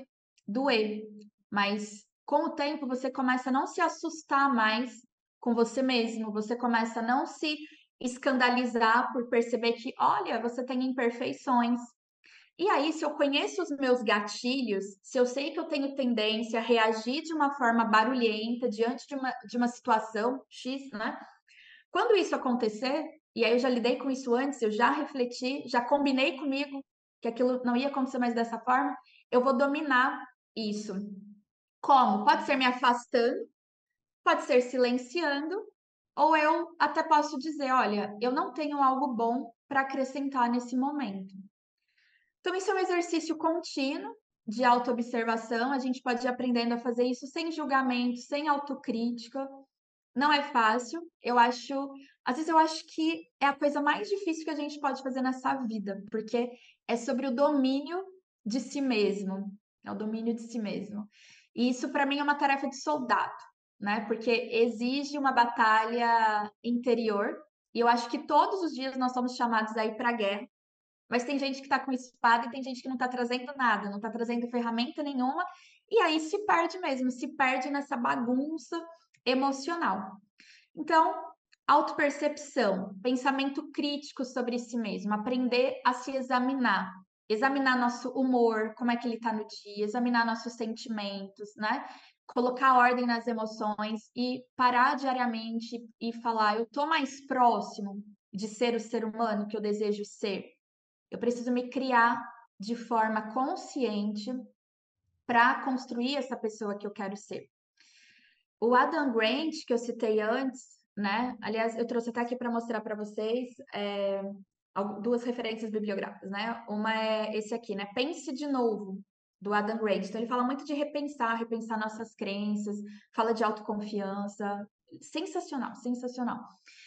doer, mas com o tempo você começa a não se assustar mais com você mesmo, você começa a não se escandalizar por perceber que, olha, você tem imperfeições. E aí, se eu conheço os meus gatilhos, se eu sei que eu tenho tendência a reagir de uma forma barulhenta diante de uma situação X, né? Quando isso acontecer, e aí eu já lidei com isso antes, eu já refleti, já combinei comigo que aquilo não ia acontecer mais dessa forma, eu vou dominar isso. Como? Pode ser me afastando, pode ser silenciando, ou eu até posso dizer, olha, eu não tenho algo bom para acrescentar nesse momento. Então, isso é um exercício contínuo de autoobservação. A gente pode ir aprendendo a fazer isso sem julgamento, sem autocrítica. Não é fácil. Às vezes eu acho que é a coisa mais difícil que a gente pode fazer nessa vida, porque é sobre o domínio de si mesmo. É o domínio de si mesmo. E isso, para mim, é uma tarefa de soldado, né? Porque exige uma batalha interior. E eu acho que todos os dias nós somos chamados a ir para a guerra. Mas tem gente que está com espada e tem gente que não está trazendo nada, não está trazendo ferramenta nenhuma, e aí se perde mesmo, se perde nessa bagunça emocional. Então, autopercepção, pensamento crítico sobre si mesmo, aprender a se examinar nosso humor, como é que ele está no dia, examinar nossos sentimentos, né? Colocar ordem nas emoções e parar diariamente e falar: eu tô mais próximo de ser o ser humano que eu desejo ser. Eu preciso me criar de forma consciente para construir essa pessoa que eu quero ser. O Adam Grant, que eu citei antes, né? Aliás, eu trouxe até aqui para mostrar para vocês duas referências bibliográficas, né? Uma é esse aqui, né? Pense de Novo, do Adam Grant. Então, ele fala muito de repensar nossas crenças, fala de autoconfiança. Sensacional, sensacional.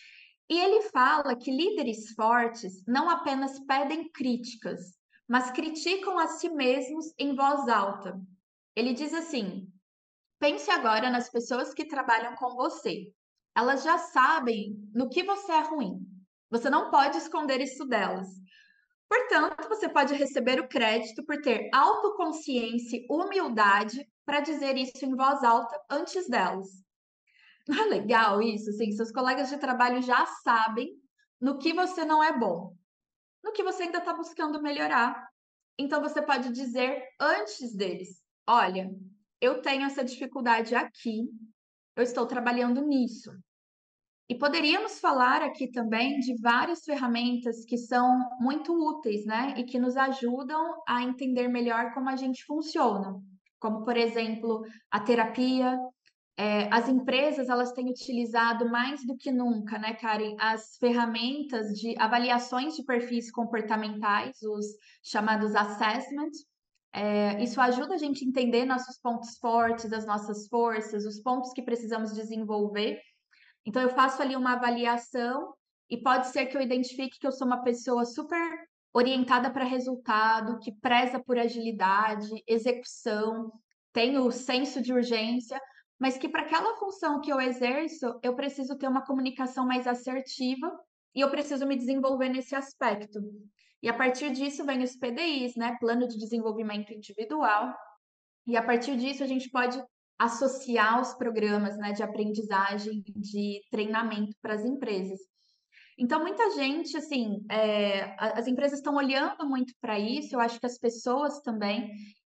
E ele fala que líderes fortes não apenas pedem críticas, mas criticam a si mesmos em voz alta. Ele diz assim: pense agora nas pessoas que trabalham com você. Elas já sabem no que você é ruim. Você não pode esconder isso delas. Portanto, você pode receber o crédito por ter autoconsciência e humildade para dizer isso em voz alta antes delas. Não é legal isso? Assim, seus colegas de trabalho já sabem no que você não é bom, no que você ainda está buscando melhorar. Então, você pode dizer antes deles: olha, eu tenho essa dificuldade aqui, eu estou trabalhando nisso. E poderíamos falar aqui também de várias ferramentas que são muito úteis, né? E que nos ajudam a entender melhor como a gente funciona. Como, por exemplo, a terapia. As empresas elas têm utilizado mais do que nunca, né, Karen, as ferramentas de avaliações de perfis comportamentais, os chamados assessments. Isso ajuda a gente a entender nossos pontos fortes, as nossas forças, os pontos que precisamos desenvolver. Então, eu faço ali uma avaliação e pode ser que eu identifique que eu sou uma pessoa super orientada para resultado, que preza por agilidade, execução, tenho senso de urgência, mas que para aquela função que eu exerço, eu preciso ter uma comunicação mais assertiva e eu preciso me desenvolver nesse aspecto. E a partir disso vem os PDIs, né? Plano de Desenvolvimento Individual. E a partir disso a gente pode associar os programas, né, de aprendizagem, de treinamento para as empresas. Então, muita gente, assim, as empresas estão olhando muito para isso, eu acho que as pessoas também,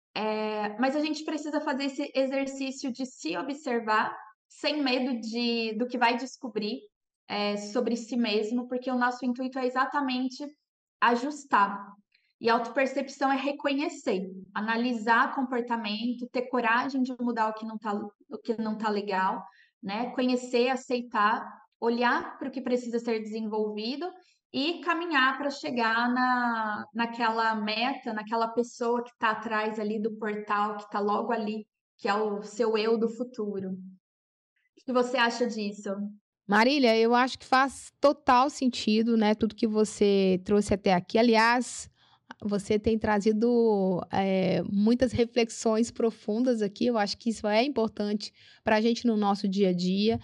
mas a gente precisa fazer esse exercício de se observar sem medo do que vai descobrir sobre si mesmo, porque o nosso intuito é exatamente ajustar. E autopercepção é reconhecer, analisar comportamento, ter coragem de mudar o que não tá legal, né? Conhecer, aceitar, olhar para o que precisa ser desenvolvido e caminhar para chegar naquela meta, naquela pessoa que está atrás ali do portal, que está logo ali, que é o seu eu do futuro. O que você acha disso? Marília, eu acho que faz total sentido, né? Tudo que você trouxe até aqui. Aliás, você tem trazido muitas reflexões profundas aqui. Eu acho que isso é importante para a gente no nosso dia a dia.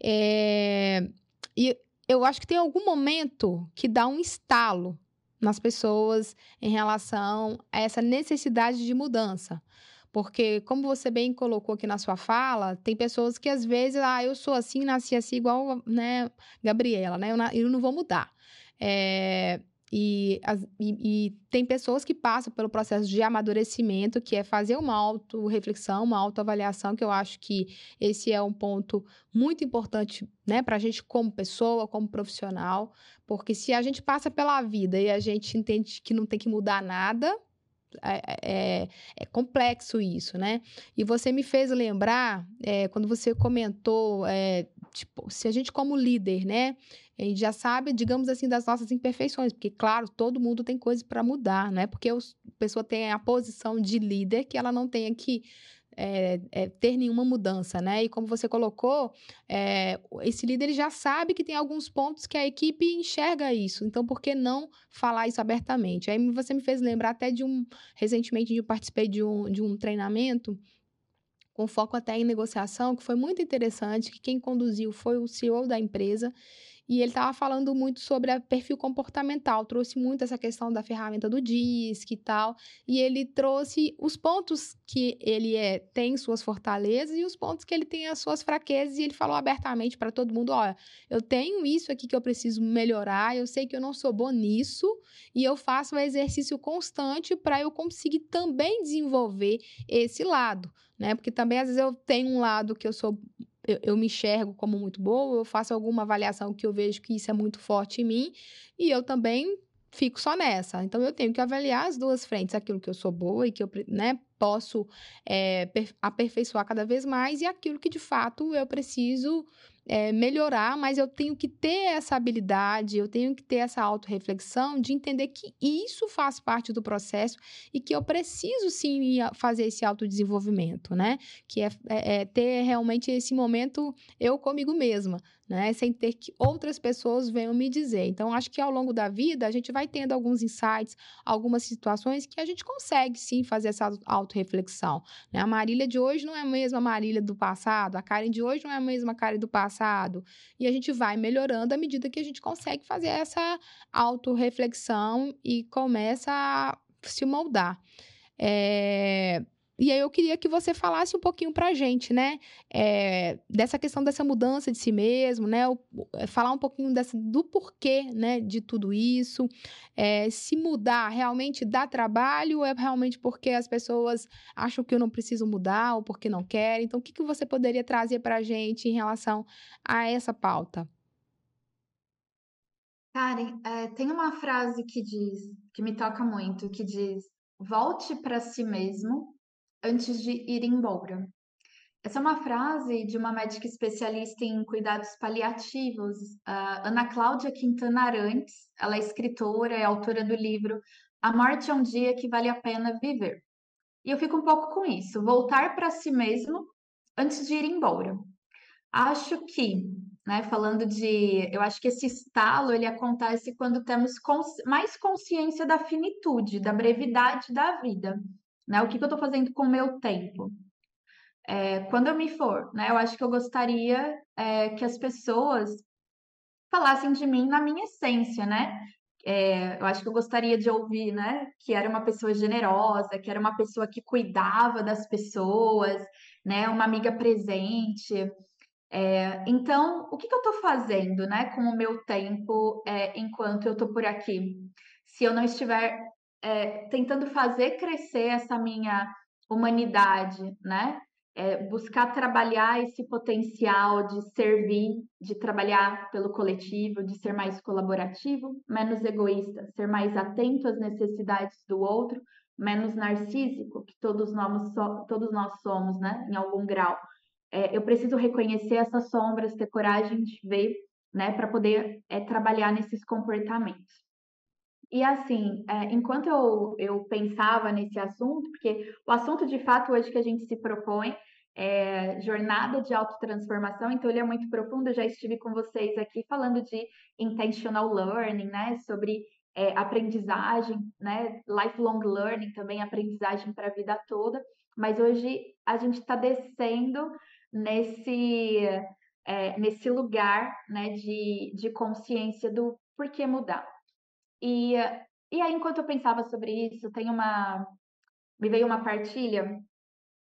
E eu acho que tem algum momento que dá um estalo nas pessoas em relação a essa necessidade de mudança. Porque, como você bem colocou aqui na sua fala, tem pessoas que às vezes, eu sou assim, nasci assim, igual, né, Gabriela, né? Eu não vou mudar. É, e tem pessoas que passam pelo processo de amadurecimento, que é fazer uma autorreflexão, uma autoavaliação, que eu acho que esse é um ponto muito importante, né, para a gente como pessoa, como profissional, porque se a gente passa pela vida e a gente entende que não tem que mudar nada, é complexo isso, né? E você me fez lembrar, quando você comentou, tipo, se a gente como líder, né, a gente já sabe, digamos assim, das nossas imperfeições, porque, claro, todo mundo tem coisa para mudar, não é porque a pessoa tem a posição de líder que ela não tenha que ter nenhuma mudança, né? E como você colocou, esse líder ele já sabe que tem alguns pontos que a equipe enxerga isso. Então, por que não falar isso abertamente? Aí você me fez lembrar até recentemente eu participei de um treinamento com foco até em negociação, que foi muito interessante, que quem conduziu foi o CEO da empresa, e ele estava falando muito sobre perfil comportamental, trouxe muito essa questão da ferramenta do DISC e tal, e ele trouxe os pontos que ele tem suas fortalezas e os pontos que ele tem as suas fraquezas, e ele falou abertamente para todo mundo, olha, eu tenho isso aqui que eu preciso melhorar, eu sei que eu não sou bom nisso, e eu faço um exercício constante para eu conseguir também desenvolver esse lado, né? Porque também, às vezes, eu tenho um lado que eu me enxergo como muito boa, eu faço alguma avaliação que eu vejo que isso é muito forte em mim, e eu também fico só nessa. Então, eu tenho que avaliar as duas frentes, aquilo que eu sou boa e que eu, né, posso aperfeiçoar cada vez mais, e aquilo que, de fato, eu preciso melhorar, mas eu tenho que ter essa habilidade, eu tenho que ter essa autorreflexão de entender que isso faz parte do processo e que eu preciso, sim, fazer esse autodesenvolvimento, né? Que é ter realmente esse momento eu comigo mesma, né? Sem ter que outras pessoas venham me dizer. Então, acho que ao longo da vida, a gente vai tendo alguns insights, algumas situações que a gente consegue, sim, fazer essa autorreflexão, né? A Marília de hoje não é a mesma Marília do passado, a Karen de hoje não é a mesma Karen do passado, e a gente vai melhorando à medida que a gente consegue fazer essa autorreflexão e começa a se moldar. E aí eu queria que você falasse um pouquinho pra gente, né? Dessa questão dessa mudança de si mesmo, né? Falar um pouquinho do porquê, né? De tudo isso. Se mudar realmente dá trabalho ou é realmente porque as pessoas acham que eu não preciso mudar ou porque não querem? Então, o que você poderia trazer pra gente em relação a essa pauta? Karen, tem uma frase que me toca muito, que diz: volte para si mesmo antes de ir embora. Essa é uma frase de uma médica especialista em cuidados paliativos, a Ana Cláudia Quintana Arantes. Ela é escritora, é autora do livro A Morte é um Dia que Vale a Pena Viver. E eu fico um pouco com isso, voltar para si mesmo antes de ir embora. Acho que, né, eu acho que esse estalo ele acontece quando temos mais consciência da finitude, da brevidade da vida, né? O que que eu estou fazendo com o meu tempo? Quando eu me for, né? Eu acho que eu gostaria que as pessoas falassem de mim na minha essência, né? Eu acho que eu gostaria de ouvir, né, que era uma pessoa generosa, que era uma pessoa que cuidava das pessoas, né, uma amiga presente. Então, o que que eu estou fazendo, né, com o meu tempo, enquanto eu estou por aqui? Se eu não estiver, tentando fazer crescer essa minha humanidade, né? Buscar trabalhar esse potencial de servir, de trabalhar pelo coletivo, de ser mais colaborativo, menos egoísta, ser mais atento às necessidades do outro, menos narcísico, que todos nós somos, né, em algum grau. Eu preciso reconhecer essas sombras, ter coragem de ver, né, para poder trabalhar nesses comportamentos. E assim, enquanto eu pensava nesse assunto, porque o assunto de fato hoje que a gente se propõe é jornada de autotransformação, então ele é muito profundo. Eu já estive com vocês aqui falando de intentional learning, né, sobre aprendizagem, né, lifelong learning também, aprendizagem para a vida toda, mas hoje a gente está descendo nesse, nesse lugar, né, de consciência do porquê mudar. E, e aí, enquanto eu pensava sobre isso, me veio uma partilha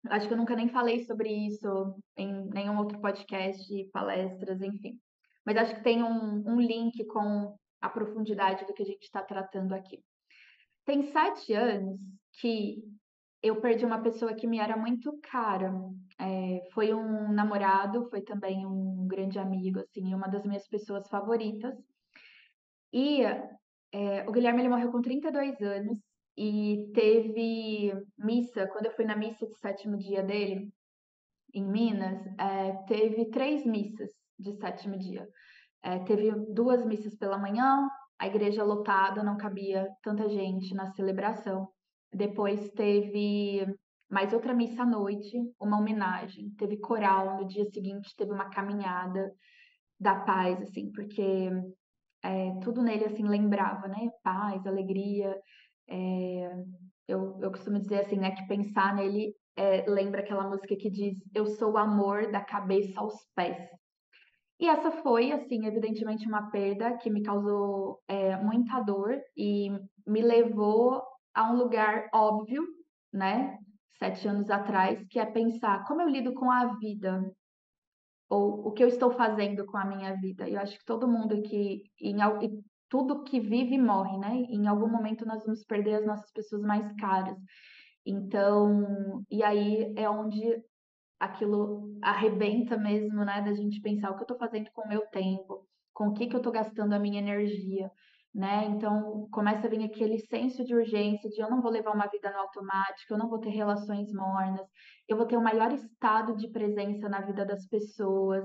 Acho que eu nunca nem falei sobre isso em nenhum outro podcast, palestras, enfim. Mas acho que tem um link com a profundidade do que a gente está tratando aqui. Tem 7 anos que eu perdi uma pessoa que me era muito cara. Foi um namorado, foi também um grande amigo, assim, uma das minhas pessoas favoritas. E o Guilherme ele morreu com 32 anos e teve missa, quando eu fui na missa de sétimo dia dele, em Minas, teve 3 missas de sétimo dia. Teve 2 missas pela manhã, a igreja lotada, não cabia tanta gente na celebração. Depois teve mais outra missa à noite, uma homenagem. Teve coral, no dia seguinte teve uma caminhada da paz, assim, porque tudo nele, assim, lembrava, né? Paz, alegria. É, eu costumo dizer, assim, né, que pensar nele lembra aquela música que diz: Eu sou o amor da cabeça aos pés. E essa foi, assim, evidentemente uma perda que me causou muita dor e me levou a um lugar óbvio, né? 7 anos atrás, que é pensar como eu lido com a vida, ou o que eu estou fazendo com a minha vida. E eu acho que todo mundo aqui, e tudo que vive morre, né? Em algum momento nós vamos perder as nossas pessoas mais caras. Então, e aí é onde aquilo arrebenta mesmo, né? Da gente pensar o que eu estou fazendo com o meu tempo, com o que eu estou gastando a minha energia, né? Então começa a vir aquele senso de urgência de eu não vou levar uma vida no automático, eu não vou ter relações mornas, eu vou ter um maior estado de presença na vida das pessoas.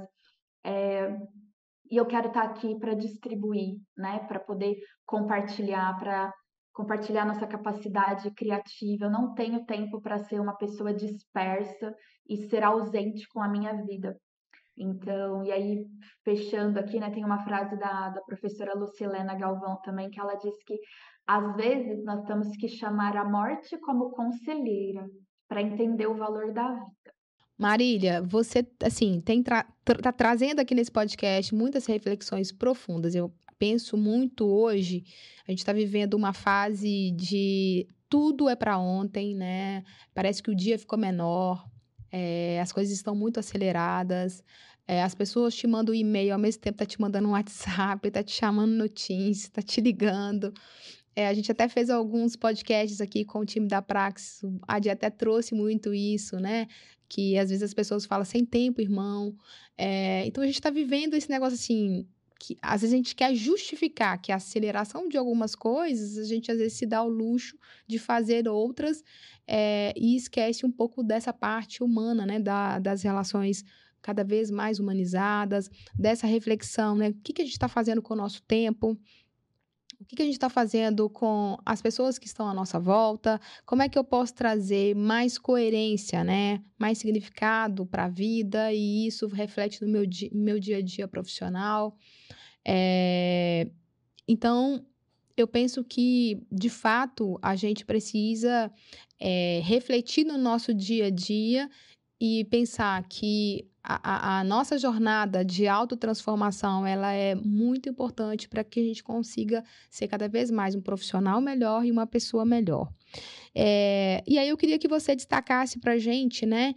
E eu quero estar aqui para distribuir, né? Para poder para compartilhar nossa capacidade criativa. Eu não tenho tempo para ser uma pessoa dispersa e ser ausente com a minha vida. Então, e aí, fechando aqui, né, tem uma frase da professora Lucilena Galvão também, que ela diz que às vezes nós temos que chamar a morte como conselheira para entender o valor da vida. Marília, você, assim, tá trazendo aqui nesse podcast muitas reflexões profundas. Eu penso muito hoje, a gente está vivendo uma fase de tudo é para ontem, né? Parece que o dia ficou menor, as coisas estão muito aceleradas, as pessoas te mandam um e-mail, ao mesmo tempo tá te mandando um WhatsApp, tá te chamando no Teams, tá te ligando. A gente até fez alguns podcasts aqui com o time da Praxis, a Adi até trouxe muito isso, né? Que às vezes as pessoas falam sem tempo, irmão. Então a gente está vivendo esse negócio assim, que às vezes a gente quer justificar que a aceleração de algumas coisas, a gente às vezes se dá o luxo de fazer outras, e esquece um pouco dessa parte humana, né? Das relações cada vez mais humanizadas, dessa reflexão, né? O que a gente está fazendo com o nosso tempo? O que a gente está fazendo com as pessoas que estão à nossa volta? Como é que eu posso trazer mais coerência, né? Mais significado para a vida e isso reflete no meu dia a dia profissional? Eh, então, eu penso que, de fato, a gente precisa refletir no nosso dia a dia e pensar que a nossa jornada de autotransformação, ela é muito importante para que a gente consiga ser cada vez mais um profissional melhor e uma pessoa melhor. E aí eu queria que você destacasse para a gente, né,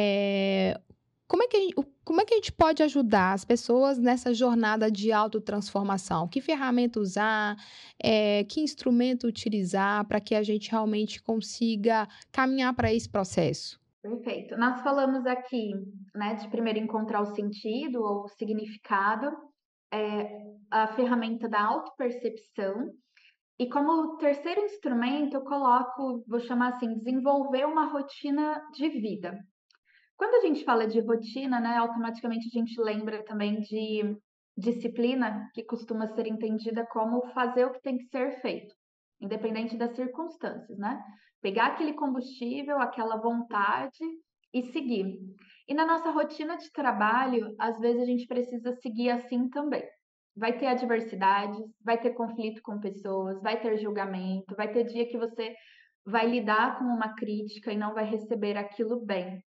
como é que a gente pode ajudar as pessoas nessa jornada de autotransformação? Que ferramenta usar, que instrumento utilizar para que a gente realmente consiga caminhar para esse processo? Perfeito. Nós falamos aqui, né, de primeiro encontrar o sentido ou o significado, a ferramenta da autopercepção. E como terceiro instrumento, eu coloco, vou chamar assim, desenvolver uma rotina de vida. Quando a gente fala de rotina, né, automaticamente a gente lembra também de disciplina, que costuma ser entendida como fazer o que tem que ser feito, independente das circunstâncias, né? Pegar aquele combustível, aquela vontade e seguir. E na nossa rotina de trabalho, às vezes a gente precisa seguir assim também. Vai ter adversidades, vai ter conflito com pessoas, vai ter julgamento, vai ter dia que você vai lidar com uma crítica e não vai receber aquilo bem.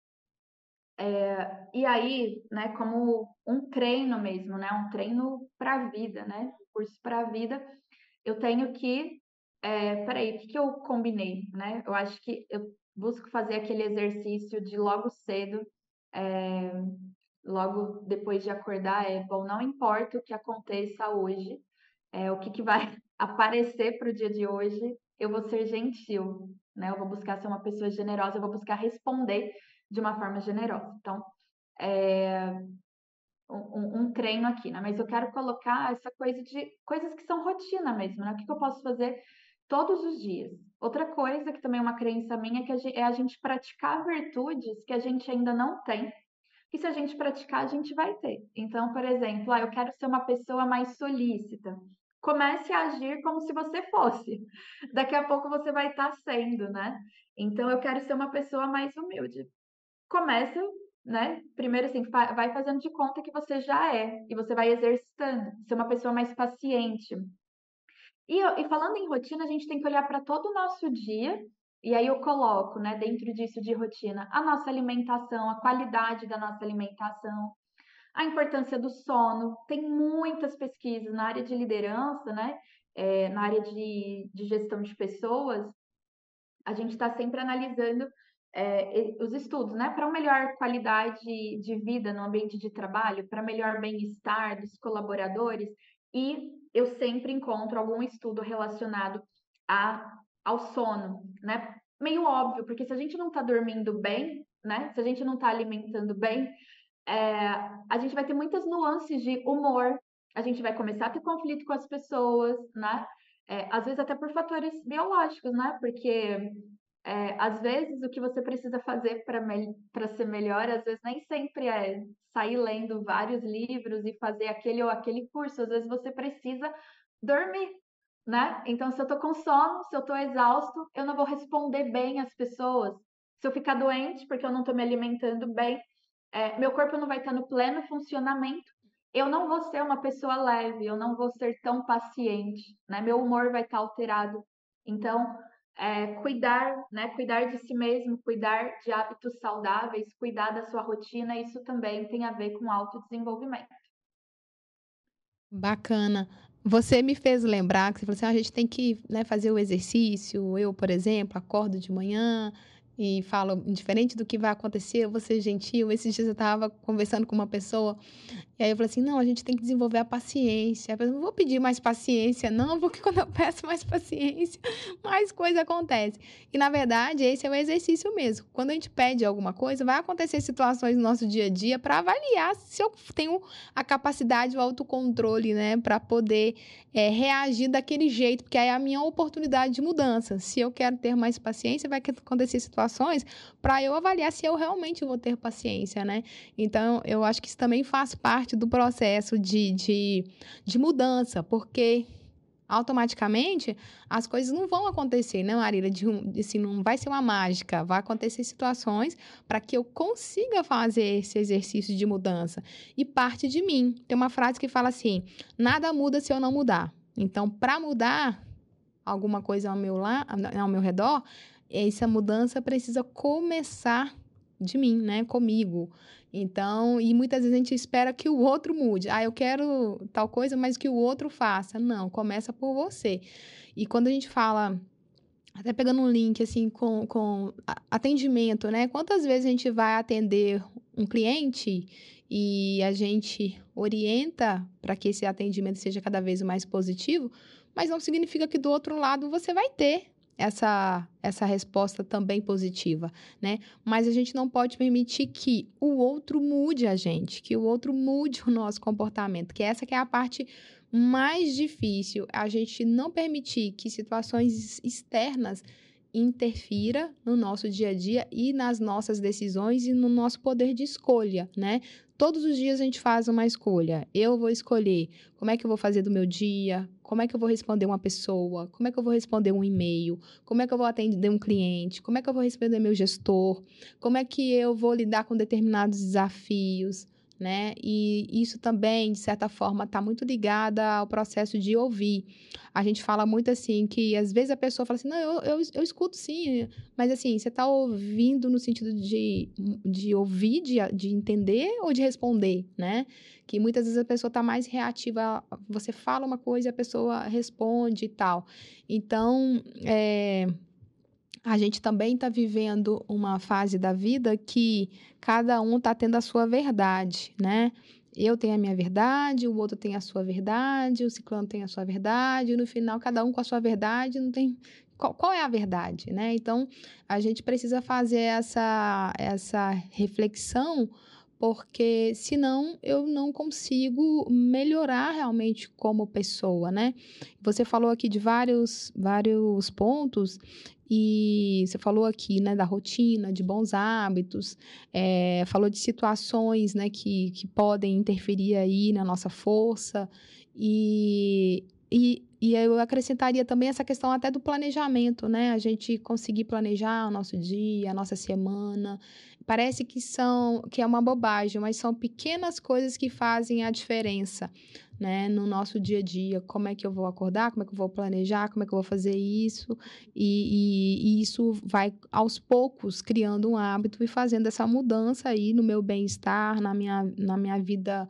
E aí, né, como um treino mesmo, né, um treino para a vida, né, um curso para a vida, eu tenho que, peraí, o que eu combinei, né? Eu acho que busco fazer aquele exercício de logo cedo, logo depois de acordar, bom, não importa o que aconteça hoje, o que vai aparecer para o dia de hoje, eu vou ser gentil, né? Eu vou buscar ser uma pessoa generosa, eu vou buscar responder de uma forma generosa. Então, um treino aqui, né? Mas eu quero colocar essa coisa de coisas que são rotina mesmo, né? O que eu posso fazer todos os dias? Outra coisa que também é uma crença minha é a gente praticar virtudes que a gente ainda não tem. E se a gente praticar, a gente vai ter. Então, por exemplo, eu quero ser uma pessoa mais solícita. Comece a agir como se você fosse. Daqui a pouco você vai estar sendo, né? Então, eu quero ser uma pessoa mais humilde. Começa, né? Primeiro, assim, vai fazendo de conta que você já é. E você vai exercitando. Ser uma pessoa mais paciente. E falando em rotina, a gente tem que olhar para todo o nosso dia, e aí eu coloco, né, dentro disso de rotina, a nossa alimentação, a qualidade da nossa alimentação, a importância do sono. Tem muitas pesquisas na área de liderança, né, na área de gestão de pessoas, a gente está sempre analisando os estudos, né, para uma melhor qualidade de vida no ambiente de trabalho, para melhor bem-estar dos colaboradores, e eu sempre encontro algum estudo relacionado ao sono, né? Meio óbvio, porque se a gente não está dormindo bem, né, se a gente não está alimentando bem, a gente vai ter muitas nuances de humor, a gente vai começar a ter conflito com as pessoas, né? Às vezes até por fatores biológicos, né? Porque às vezes o que você precisa fazer para ser melhor, às vezes nem sempre é sair lendo vários livros e fazer aquele ou aquele curso, às vezes você precisa dormir, né? Então, se eu tô com sono, se eu tô exausto, eu não vou responder bem às pessoas. Se eu ficar doente porque eu não tô me alimentando bem, meu corpo não vai estar no pleno funcionamento. Eu não vou ser uma pessoa leve, eu não vou ser tão paciente, né? Meu humor vai estar alterado. Então, cuidar, né? Cuidar de si mesmo, cuidar de hábitos saudáveis, cuidar da sua rotina, isso também tem a ver com autodesenvolvimento. Bacana. Você me fez lembrar que você falou assim: "Ah, a gente tem que, né, fazer o exercício". Eu, por exemplo, acordo de manhã e falo: "Indiferente do que vai acontecer, eu vou ser gentil". Esses dias eu estava conversando com uma pessoa e aí eu falei assim: "Não, a gente tem que desenvolver a paciência". Eu não vou pedir mais paciência não, porque quando eu peço mais paciência, mais coisa acontece. E na verdade esse é o exercício mesmo. Quando a gente pede alguma coisa, vai acontecer situações no nosso dia a dia para avaliar se eu tenho a capacidade, o autocontrole, né, para poder, reagir daquele jeito, porque aí é a minha oportunidade de mudança. Se eu quero ter mais paciência, vai acontecer situações para eu avaliar se eu realmente vou ter paciência, né. Então eu acho que isso também faz parte do processo de mudança, porque automaticamente as coisas não vão acontecer, né, Marília, assim, não vai ser uma mágica, vai acontecer situações para que eu consiga fazer esse exercício de mudança. E parte de mim. Tem uma frase que fala assim: nada muda se eu não mudar. Então, para mudar alguma coisa ao meu redor, essa mudança precisa começar de mim, né, comigo. Então, e muitas vezes a gente espera que o outro mude. Ah, eu quero tal coisa, mas que o outro faça. Não, começa por você. E quando a gente fala, até pegando um link assim com atendimento, né? Quantas vezes a gente vai atender um cliente e a gente orienta para que esse atendimento seja cada vez mais positivo, mas não significa que do outro lado você vai ter essa resposta também positiva, né? Mas a gente não pode permitir que o outro mude a gente, que o outro mude o nosso comportamento, que essa que é a parte mais difícil, a gente não permitir que situações externas interfira no nosso dia a dia e nas nossas decisões e no nosso poder de escolha, né? Todos os dias a gente faz uma escolha. Eu vou escolher como é que eu vou fazer do meu dia, como é que eu vou responder uma pessoa, como é que eu vou responder um e-mail, como é que eu vou atender um cliente, como é que eu vou responder meu gestor, como é que eu vou lidar com determinados desafios, né? E isso também, de certa forma, está muito ligada ao processo de ouvir. A gente fala muito assim, que às vezes a pessoa fala assim, não, eu escuto sim, mas assim, você está ouvindo no sentido de ouvir, de entender ou de responder, né? Que muitas vezes a pessoa está mais reativa, você fala uma coisa e a pessoa responde e tal. Então, a gente também está vivendo uma fase da vida que cada um está tendo a sua verdade, né? Eu tenho a minha verdade, o outro tem a sua verdade, o ciclano tem a sua verdade, e no final, cada um com a sua verdade, não tem. Qual é a verdade, né? Então, a gente precisa fazer essa reflexão, porque senão eu não consigo melhorar realmente como pessoa, né? Você falou aqui de vários pontos. E você falou aqui, né, da rotina, de bons hábitos, falou de situações, né, que podem interferir aí na nossa força. E eu acrescentaria também essa questão até do planejamento, né? A gente conseguir planejar o nosso dia, a nossa semana. Parece que é uma bobagem, mas são pequenas coisas que fazem a diferença, né, no nosso dia a dia. Como é que eu vou acordar, como é que eu vou planejar, como é que eu vou fazer isso. E isso vai, aos poucos, criando um hábito e fazendo essa mudança aí no meu bem-estar, na minha vida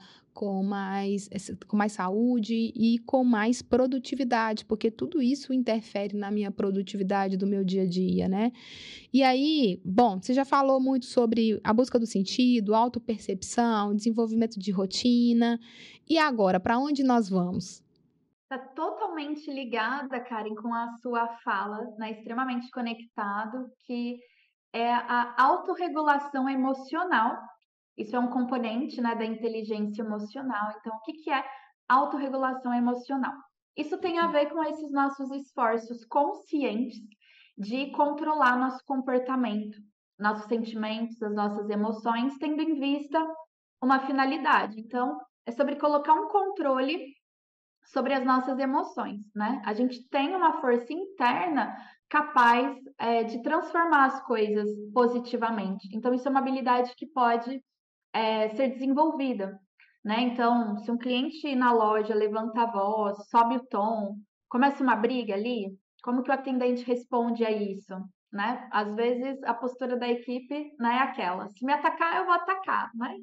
com mais saúde e com mais produtividade, porque tudo isso interfere na minha produtividade do meu dia a dia, né? E aí, bom, você já falou muito sobre a busca do sentido, autopercepção, desenvolvimento de rotina. E agora, para onde nós vamos? Está totalmente ligada, Karen, com a sua fala, né? Extremamente conectado, que é a autorregulação emocional. Isso é um componente, né, da inteligência emocional. Então, o que que é autorregulação emocional? Isso tem a ver com esses nossos esforços conscientes de controlar nosso comportamento, nossos sentimentos, as nossas emoções, tendo em vista uma finalidade. Então, é sobre colocar um controle sobre as nossas emoções, né? A gente tem uma força interna capaz de transformar as coisas positivamente. Então, isso é uma habilidade que pode ser desenvolvida, né? Então, se um cliente na loja levanta a voz, sobe o tom, começa uma briga ali, como que o atendente responde a isso, né? Às vezes a postura da equipe não é aquela, se me atacar, eu vou atacar, né?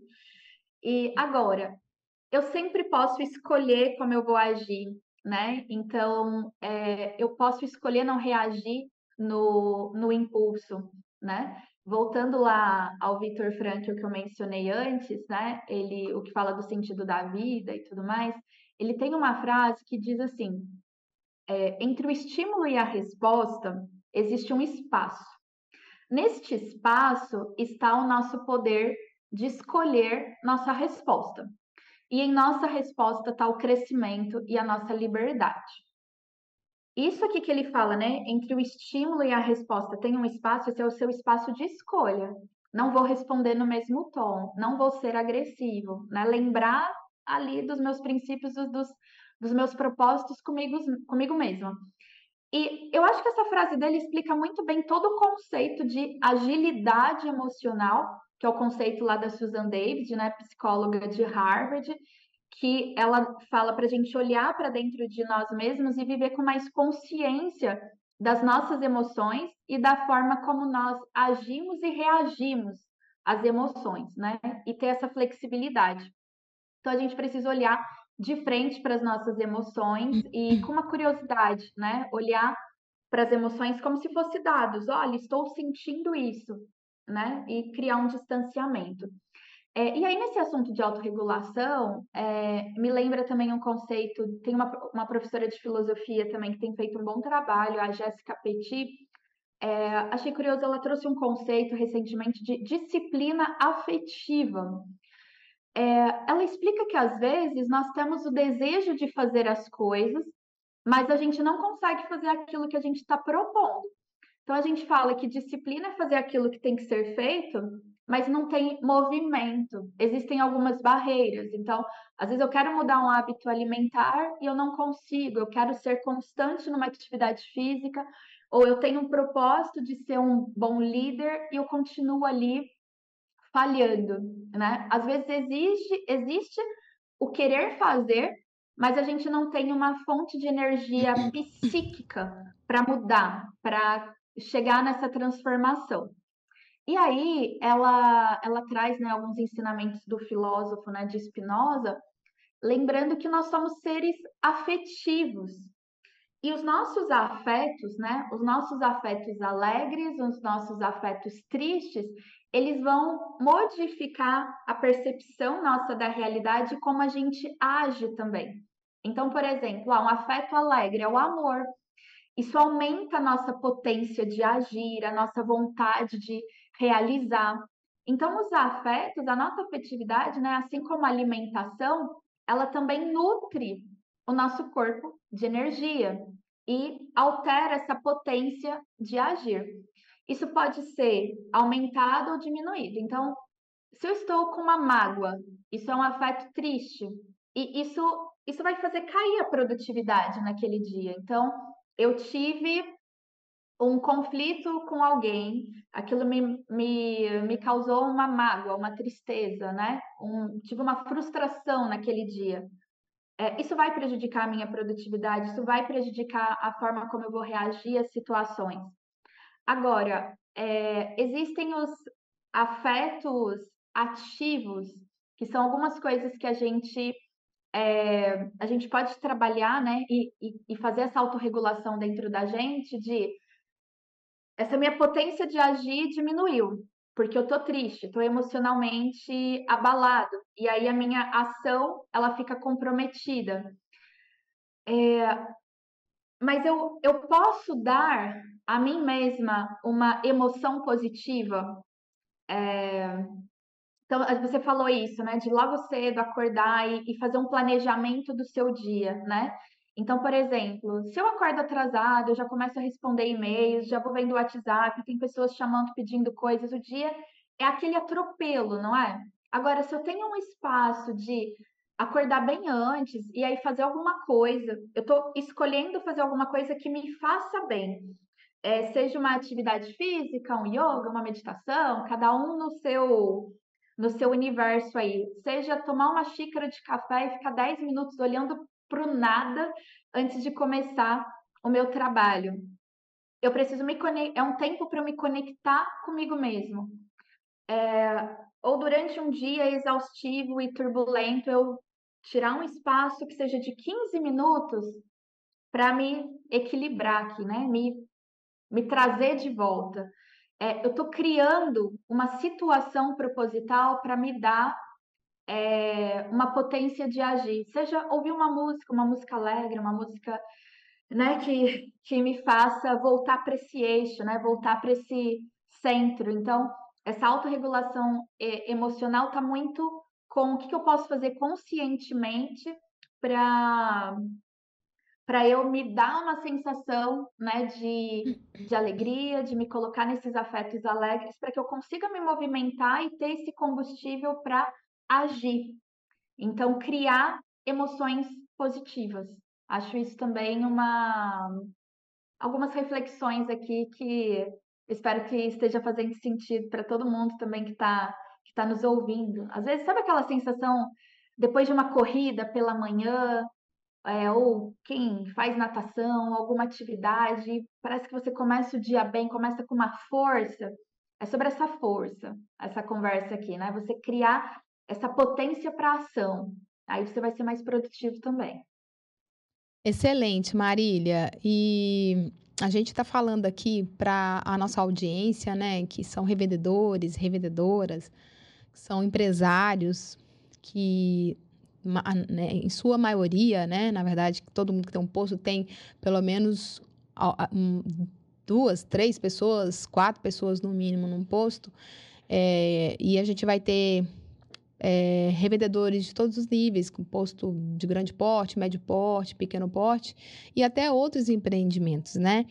E agora, eu sempre posso escolher como eu vou agir, né? Então, eu posso escolher não reagir no impulso, né? Voltando lá ao Viktor Frankl que eu mencionei antes, né? Ele, o que fala do sentido da vida e tudo mais, ele tem uma frase que diz assim: entre o estímulo e a resposta existe um espaço. Neste espaço está o nosso poder de escolher nossa resposta. E em nossa resposta está o crescimento e a nossa liberdade. Isso aqui que ele fala, né? Entre o estímulo e a resposta tem um espaço, esse é o seu espaço de escolha. Não vou responder no mesmo tom, não vou ser agressivo, né? Lembrar ali dos meus princípios, dos meus propósitos comigo mesma. E eu acho que essa frase dele explica muito bem todo o conceito de agilidade emocional, que é o conceito lá da Susan David, né, psicóloga de Harvard, que ela fala para a gente olhar para dentro de nós mesmos e viver com mais consciência das nossas emoções e da forma como nós agimos e reagimos às emoções, né? E ter essa flexibilidade. Então a gente precisa olhar de frente para as nossas emoções e com uma curiosidade, né? Olhar para as emoções como se fosse dados. Olha, estou sentindo isso, né? E criar um distanciamento. E aí, nesse assunto de autorregulação, me lembra também um conceito, tem uma professora de filosofia também que tem feito um bom trabalho, a Jéssica Petit. Achei curioso, ela trouxe um conceito recentemente de disciplina afetiva. Ela explica que às vezes nós temos o desejo de fazer as coisas, mas a gente não consegue fazer aquilo que a gente está propondo. Então a gente fala que disciplina é fazer aquilo que tem que ser feito, mas não tem movimento. Existem algumas barreiras. Então, às vezes eu quero mudar um hábito alimentar e eu não consigo. Eu quero ser constante numa atividade física, ou eu tenho um propósito de ser um bom líder e eu continuo ali falhando, né? Às vezes existe o querer fazer, mas a gente não tem uma fonte de energia psíquica para mudar, para chegar nessa transformação. E aí ela traz, né, alguns ensinamentos do filósofo, né, de Spinoza, lembrando que nós somos seres afetivos. E os nossos afetos, né? Os nossos afetos alegres, os nossos afetos tristes, eles vão modificar a percepção nossa da realidade e como a gente age também. Então, por exemplo, um afeto alegre é o amor. Isso aumenta a nossa potência de agir, a nossa vontade de realizar. Então, os afetos, a nossa afetividade, né, assim como a alimentação, ela também nutre o nosso corpo de energia e altera essa potência de agir. Isso pode ser aumentado ou diminuído. Então, se eu estou com uma mágoa, isso é um afeto triste, e isso vai fazer cair a produtividade naquele dia. Então, eu tive um conflito com alguém, aquilo me causou uma mágoa, uma tristeza, né? Tive uma frustração naquele dia. Isso vai prejudicar a minha produtividade, isso vai prejudicar a forma como eu vou reagir às situações. Agora, existem os afetos ativos, que são algumas coisas que a gente pode trabalhar, né, e fazer essa autorregulação dentro da gente de essa minha potência de agir diminuiu, porque eu tô triste, tô emocionalmente abalado, e aí a minha ação, ela fica comprometida. Mas eu posso dar a mim mesma uma emoção positiva. Então, você falou isso, né? De logo cedo acordar e fazer um planejamento do seu dia, né? Então, por exemplo, se eu acordo atrasado, eu já começo a responder e-mails, já vou vendo o WhatsApp, tem pessoas chamando, pedindo coisas, o dia é aquele atropelo, não é? Agora, se eu tenho um espaço de acordar bem antes e aí fazer alguma coisa, eu estou escolhendo fazer alguma coisa que me faça bem. Seja uma atividade física, um yoga, uma meditação, cada um no seu universo aí. Seja tomar uma xícara de café e ficar 10 minutos olhando para o nada antes de começar o meu trabalho. Eu preciso é um tempo para eu me conectar comigo mesmo. Ou durante um dia exaustivo e turbulento, eu tirar um espaço que seja de 15 minutos para me equilibrar aqui, né? Me trazer de volta. Eu estou criando uma situação proposital para me dar uma potência de agir. Seja ouvir uma música alegre, uma música, né, que me faça voltar para esse eixo, né, voltar para esse centro. Então, essa autorregulação emocional está muito com o que eu posso fazer conscientemente para eu me dar uma sensação, né, de alegria, de me colocar nesses afetos alegres, para que eu consiga me movimentar e ter esse combustível para agir. Então, criar emoções positivas. Acho isso também algumas reflexões aqui que espero que esteja fazendo sentido para todo mundo também que tá nos ouvindo. Às vezes, sabe aquela sensação depois de uma corrida pela manhã, ou quem faz natação, alguma atividade, parece que você começa o dia bem, começa com uma força. É sobre essa força, essa conversa aqui, né? Você criar essa potência para ação. Aí você vai ser mais produtivo também. Excelente, Marília. E a gente está falando aqui para a nossa audiência, né, que são revendedores, revendedoras, que são empresários, que, né, em sua maioria, né, na verdade, todo mundo que tem um posto tem pelo menos duas, três pessoas, quatro pessoas no mínimo num posto, e a gente vai ter revendedores de todos os níveis, com posto de grande porte, médio porte, pequeno porte, e até outros empreendimentos, né?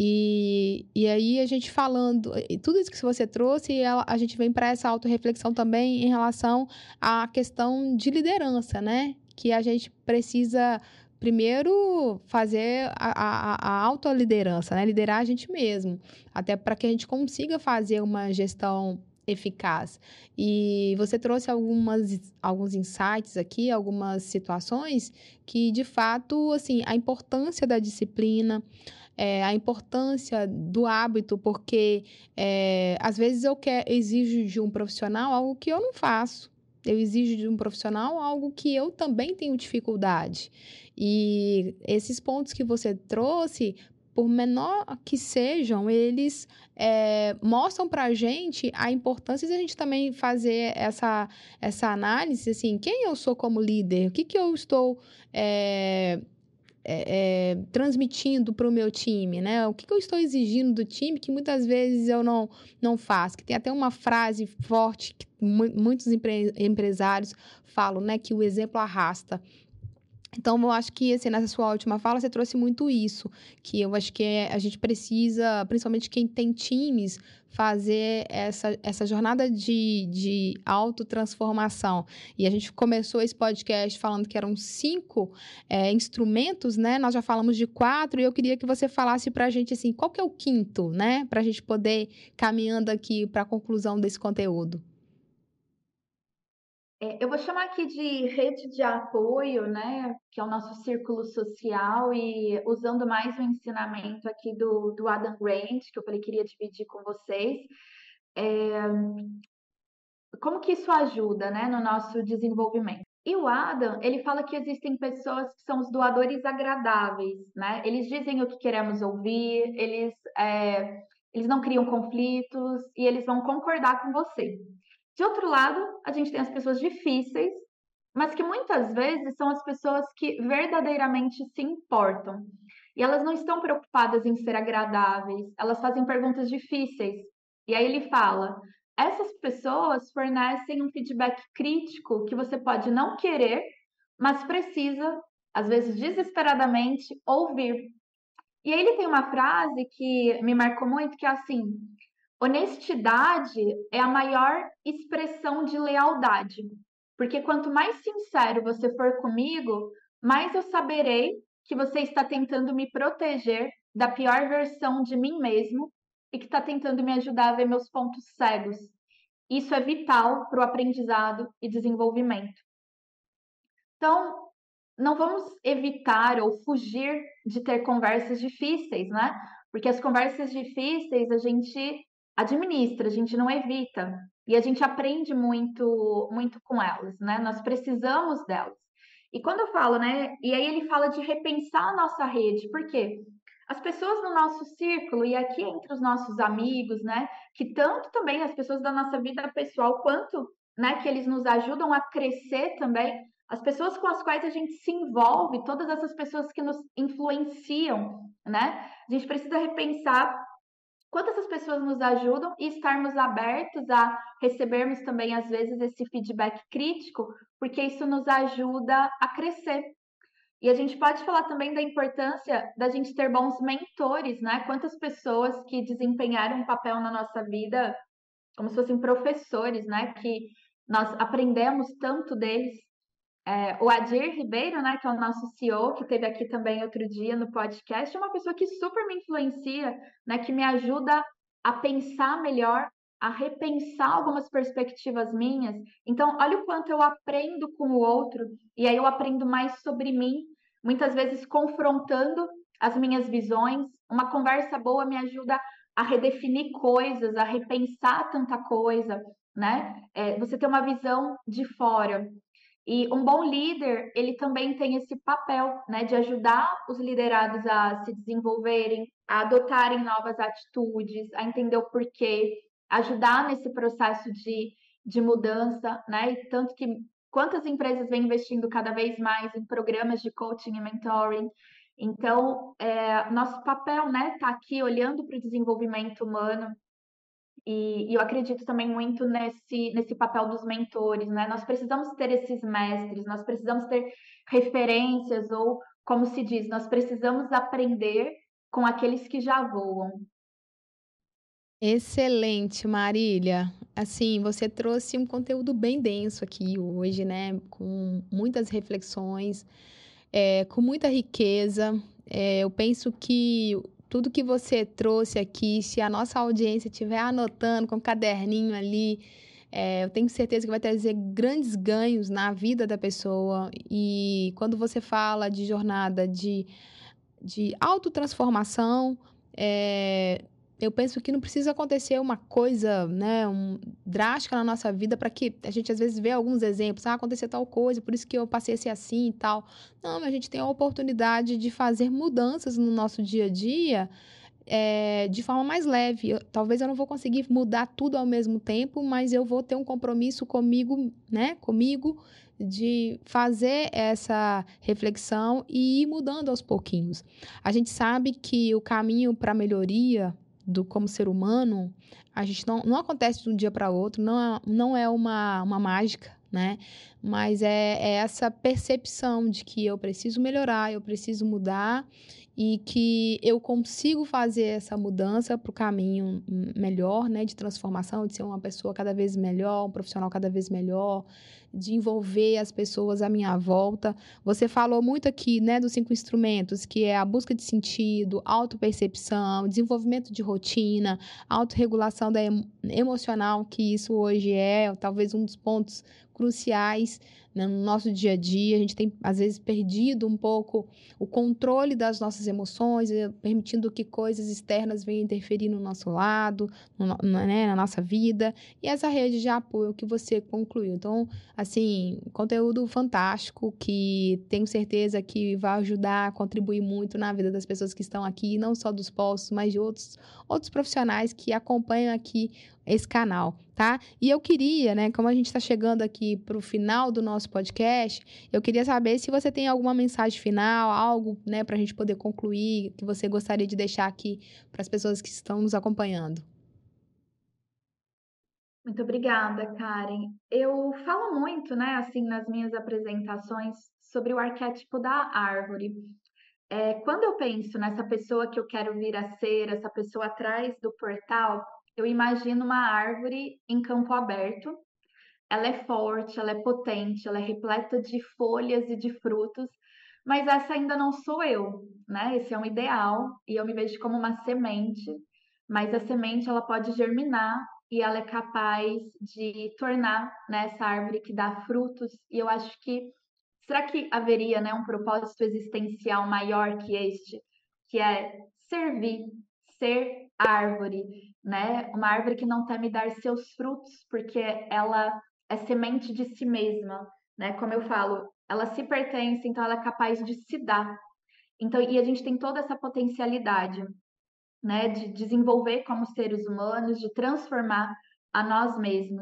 E aí a gente falando, e tudo isso que você trouxe, a gente vem para essa autorreflexão também em relação à questão de liderança, né? Que a gente precisa primeiro fazer a autoliderança, né? Liderar a gente mesmo, até para que a gente consiga fazer uma gestão eficaz. E você trouxe alguns insights aqui, algumas situações que, de fato, assim, a importância da disciplina, a importância do hábito, porque às vezes exijo de um profissional algo que eu não faço. Eu exijo de um profissional algo que eu também tenho dificuldade. E esses pontos que você trouxe, por menor que sejam, eles mostram para a gente a importância de a gente também fazer essa análise, assim, quem eu sou como líder, o que eu estou transmitindo para o meu time, né? O que eu estou exigindo do time que muitas vezes eu não faço. Que tem até uma frase forte que muitos empresários falam, né? Que o exemplo arrasta. Então, eu acho que, assim, nessa sua última fala, você trouxe muito isso, que eu acho que a gente precisa, principalmente quem tem times, fazer essa jornada de autotransformação. E a gente começou esse podcast falando que eram 5 instrumentos, né? Nós já falamos de 4, e eu queria que você falasse para a gente, assim, qual que é o quinto, né? Para a gente poder ir caminhando aqui para a conclusão desse conteúdo. Eu vou chamar aqui de rede de apoio, né, que é o nosso círculo social, e usando mais o ensinamento aqui do Adam Grant, que eu falei que iria dividir com vocês. Como que isso ajuda, né, no nosso desenvolvimento? E o Adam, ele fala que existem pessoas que são os doadores agradáveis, né? Eles dizem o que queremos ouvir, eles não criam conflitos e eles vão concordar com você. De outro lado, a gente tem as pessoas difíceis, mas que muitas vezes são as pessoas que verdadeiramente se importam. E elas não estão preocupadas em ser agradáveis, elas fazem perguntas difíceis. E aí ele fala: essas pessoas fornecem um feedback crítico que você pode não querer, mas precisa, às vezes desesperadamente, ouvir. E aí ele tem uma frase que me marcou muito, que é assim: honestidade é a maior expressão de lealdade, porque quanto mais sincero você for comigo, mais eu saberei que você está tentando me proteger da pior versão de mim mesmo e que está tentando me ajudar a ver meus pontos cegos. Isso é vital para o aprendizado e desenvolvimento. Então, não vamos evitar ou fugir de ter conversas difíceis, né? Porque as conversas difíceis a gente administra, a gente não evita. E a gente aprende muito, muito com elas, né? Nós precisamos delas. E quando eu falo, né? E aí ele fala de repensar a nossa rede, por quê? As pessoas no nosso círculo e aqui entre os nossos amigos, né? Que tanto também as pessoas da nossa vida pessoal, quanto, né? Que eles nos ajudam a crescer também. As pessoas com as quais a gente se envolve, todas essas pessoas que nos influenciam, né? A gente precisa repensar quanto essas pessoas nos ajudam e estarmos abertos a recebermos também, às vezes, esse feedback crítico, porque isso nos ajuda a crescer. E a gente pode falar também da importância da gente ter bons mentores, né? Quantas pessoas que desempenharam um papel na nossa vida como se fossem professores, né? Que nós aprendemos tanto deles. O Adir Ribeiro, né, que é o nosso CEO, que esteve aqui também outro dia no podcast, é uma pessoa que super me influencia, né, que me ajuda a pensar melhor, a repensar algumas perspectivas minhas. Então, olha o quanto eu aprendo com o outro, e aí eu aprendo mais sobre mim, muitas vezes confrontando as minhas visões. Uma conversa boa me ajuda a redefinir coisas, a repensar tanta coisa, né? Você ter uma visão de fora. E um bom líder, ele também tem esse papel, né, de ajudar os liderados a se desenvolverem, a adotarem novas atitudes, a entender o porquê, ajudar nesse processo de mudança, né? E tanto que quantas empresas vêm investindo cada vez mais em programas de coaching e mentoring. Então, nosso papel, né, tá aqui olhando para o desenvolvimento humano. E eu acredito também muito nesse papel dos mentores, né? Nós precisamos ter esses mestres, nós precisamos ter referências, ou, como se diz, nós precisamos aprender com aqueles que já voam. Excelente, Marília. Assim, você trouxe um conteúdo bem denso aqui hoje, né? Com muitas reflexões, com muita riqueza. Eu penso que tudo que você trouxe aqui, se a nossa audiência estiver anotando com um caderninho ali, eu tenho certeza que vai trazer grandes ganhos na vida da pessoa. E quando você fala de jornada de autotransformação, eu penso que não precisa acontecer uma coisa, né, drástica na nossa vida para que a gente às vezes vê alguns exemplos, aconteceu tal coisa, por isso que eu passei a ser assim e tal. Não, a gente tem a oportunidade de fazer mudanças no nosso dia a dia, de forma mais leve. Talvez eu não vou conseguir mudar tudo ao mesmo tempo, mas eu vou ter um compromisso comigo, né, comigo, de fazer essa reflexão e ir mudando aos pouquinhos. A gente sabe que o caminho para a melhoria como ser humano, a gente não acontece de um dia para outro, não é uma mágica, né? Mas é essa percepção de que eu preciso melhorar, eu preciso mudar e que eu consigo fazer essa mudança para o caminho melhor, né, de transformação, de ser uma pessoa cada vez melhor, um profissional cada vez melhor, de envolver as pessoas à minha volta. Você falou muito aqui, né, dos 5 instrumentos, que é a busca de sentido, autopercepção, desenvolvimento de rotina, autorregulação emocional, que isso hoje é talvez um dos pontos cruciais, né, no nosso dia a dia. A gente tem, às vezes, perdido um pouco o controle das nossas emoções, permitindo que coisas externas venham interferir no nosso lado, né, na nossa vida. E essa rede de apoio que você concluiu. Então, assim, conteúdo fantástico que tenho certeza que vai ajudar, contribuir muito na vida das pessoas que estão aqui, não só dos postos, mas de outros profissionais que acompanham aqui esse canal, tá? E eu queria, né, como a gente está chegando aqui para o final do nosso podcast, eu queria saber se você tem alguma mensagem final, algo, né, para a gente poder concluir, que você gostaria de deixar aqui para as pessoas que estão nos acompanhando. Muito obrigada, Karen. Eu falo muito, né, assim, nas minhas apresentações sobre o arquétipo da árvore. Quando eu penso nessa pessoa que eu quero vir a ser, essa pessoa atrás do portal, eu imagino uma árvore em campo aberto. Ela é forte, ela é potente, ela é repleta de folhas e de frutos, mas essa ainda não sou eu, né? Esse é um ideal e eu me vejo como uma semente, mas a semente ela pode germinar e ela é capaz de tornar, né, essa árvore que dá frutos. E eu acho que será que haveria, né, um propósito existencial maior que este, que é servir, ser árvore, né? Uma árvore que não teme dar seus frutos, porque ela é semente de si mesma, né? Como eu falo, ela se pertence, então ela é capaz de se dar. Então, e a gente tem toda essa potencialidade, né, de desenvolver como seres humanos, de transformar a nós mesmos.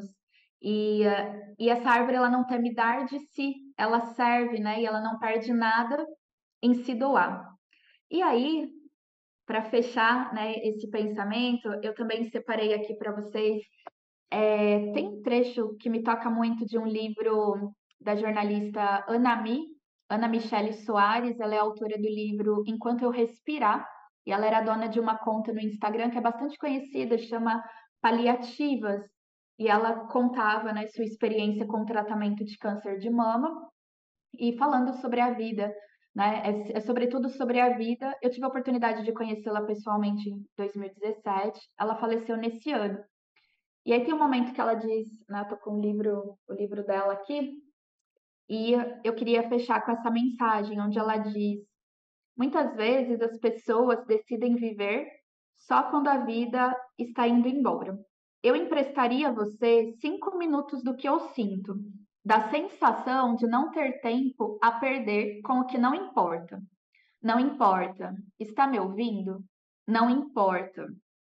E essa árvore ela não teme dar de si, ela serve, né? E ela não perde nada em se doar. E aí, para fechar, né, esse pensamento, eu também separei aqui para vocês. Tem um trecho que me toca muito de um livro da jornalista Ana Michele Soares. Ela é autora do livro Enquanto Eu Respirar, e ela era dona de uma conta no Instagram que é bastante conhecida, chama Paliativas, e ela contava, né, sua experiência com o tratamento de câncer de mama e falando sobre a vida, né? Sobretudo sobre a vida. Eu tive a oportunidade de conhecê-la pessoalmente em 2017. Ela faleceu nesse ano. E aí tem um momento que ela diz, né, eu tô com o livro dela aqui, e eu queria fechar com essa mensagem, onde ela diz: muitas vezes as pessoas decidem viver só quando a vida está indo embora. Eu emprestaria a você 5 minutos do que eu sinto, da sensação de não ter tempo a perder com o que não importa. Não importa. Está me ouvindo? Não importa.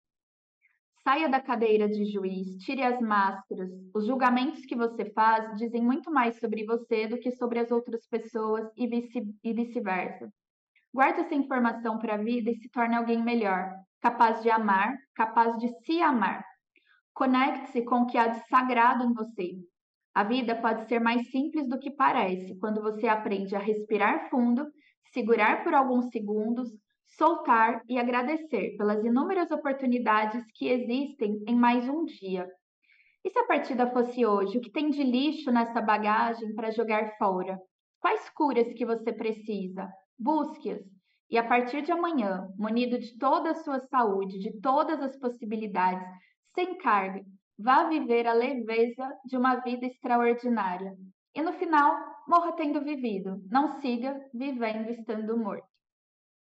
Saia da cadeira de juiz, tire as máscaras. Os julgamentos que você faz dizem muito mais sobre você do que sobre as outras pessoas e vice-versa. Guarde essa informação para a vida e se torne alguém melhor, capaz de amar, capaz de se amar. Conecte-se com o que há de sagrado em você. A vida pode ser mais simples do que parece quando você aprende a respirar fundo, segurar por alguns segundos, soltar e agradecer pelas inúmeras oportunidades que existem em mais um dia. E se a partida fosse hoje, o que tem de lixo nessa bagagem para jogar fora? Quais curas que você precisa? Busque-as. E a partir de amanhã, munido de toda a sua saúde, de todas as possibilidades, sem carga, vá viver a leveza de uma vida extraordinária. E no final, morra tendo vivido. Não siga vivendo estando morto.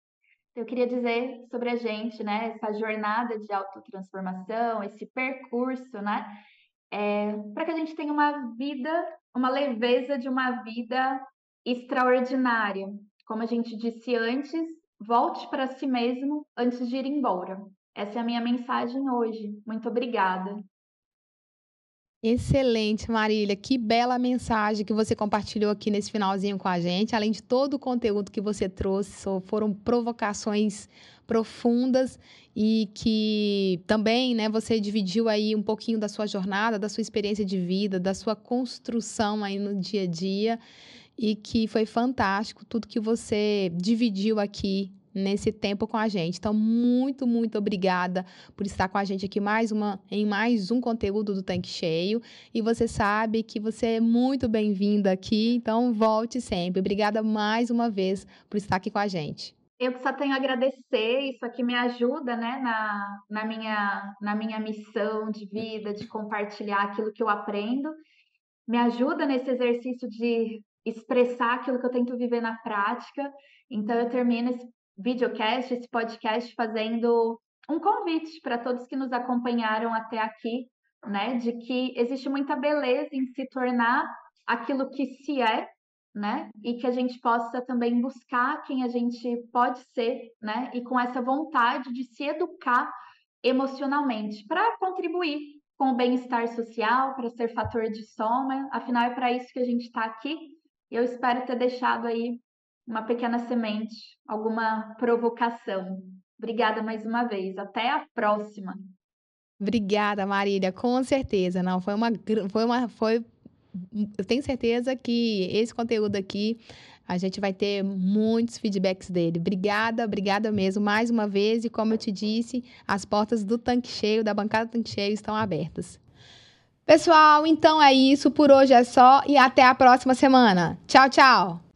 Eu queria dizer sobre a gente, né? Essa jornada de autotransformação, esse percurso, né? Para que a gente tenha uma vida, uma leveza de uma vida extraordinária. Como a gente disse antes, volte para si mesmo antes de ir embora. Essa é a minha mensagem hoje. Muito obrigada. Excelente, Marília. Que bela mensagem que você compartilhou aqui nesse finalzinho com a gente. Além de todo o conteúdo que você trouxe, foram provocações profundas e que também, né, você dividiu aí um pouquinho da sua jornada, da sua experiência de vida, da sua construção aí no dia a dia e que foi fantástico tudo que você dividiu aqui nesse tempo com a gente. Então, muito, muito obrigada por estar com a gente aqui em mais um conteúdo do Tanque Cheio. E você sabe que você é muito bem-vinda aqui, então volte sempre. Obrigada mais uma vez por estar aqui com a gente. Eu só tenho a agradecer, isso aqui me ajuda, né, na minha missão de vida, de compartilhar aquilo que eu aprendo, me ajuda nesse exercício de expressar aquilo que eu tento viver na prática. Então, eu termino esse videocast, esse podcast, fazendo um convite para todos que nos acompanharam até aqui, né, de que existe muita beleza em se tornar aquilo que se é, né, e que a gente possa também buscar quem a gente pode ser, né, e com essa vontade de se educar emocionalmente para contribuir com o bem-estar social, para ser fator de soma. Afinal, é para isso que a gente está aqui. E eu espero ter deixado aí uma pequena semente, alguma provocação. Obrigada mais uma vez. Até a próxima. Obrigada, Marília, com certeza. Não, eu tenho certeza que esse conteúdo aqui a gente vai ter muitos feedbacks dele. Obrigada, obrigada mesmo mais uma vez. E como eu te disse, as portas do Tanque Cheio, da bancada do Tanque Cheio, estão abertas. Pessoal, então é isso. Por hoje é só e até a próxima semana. Tchau, tchau!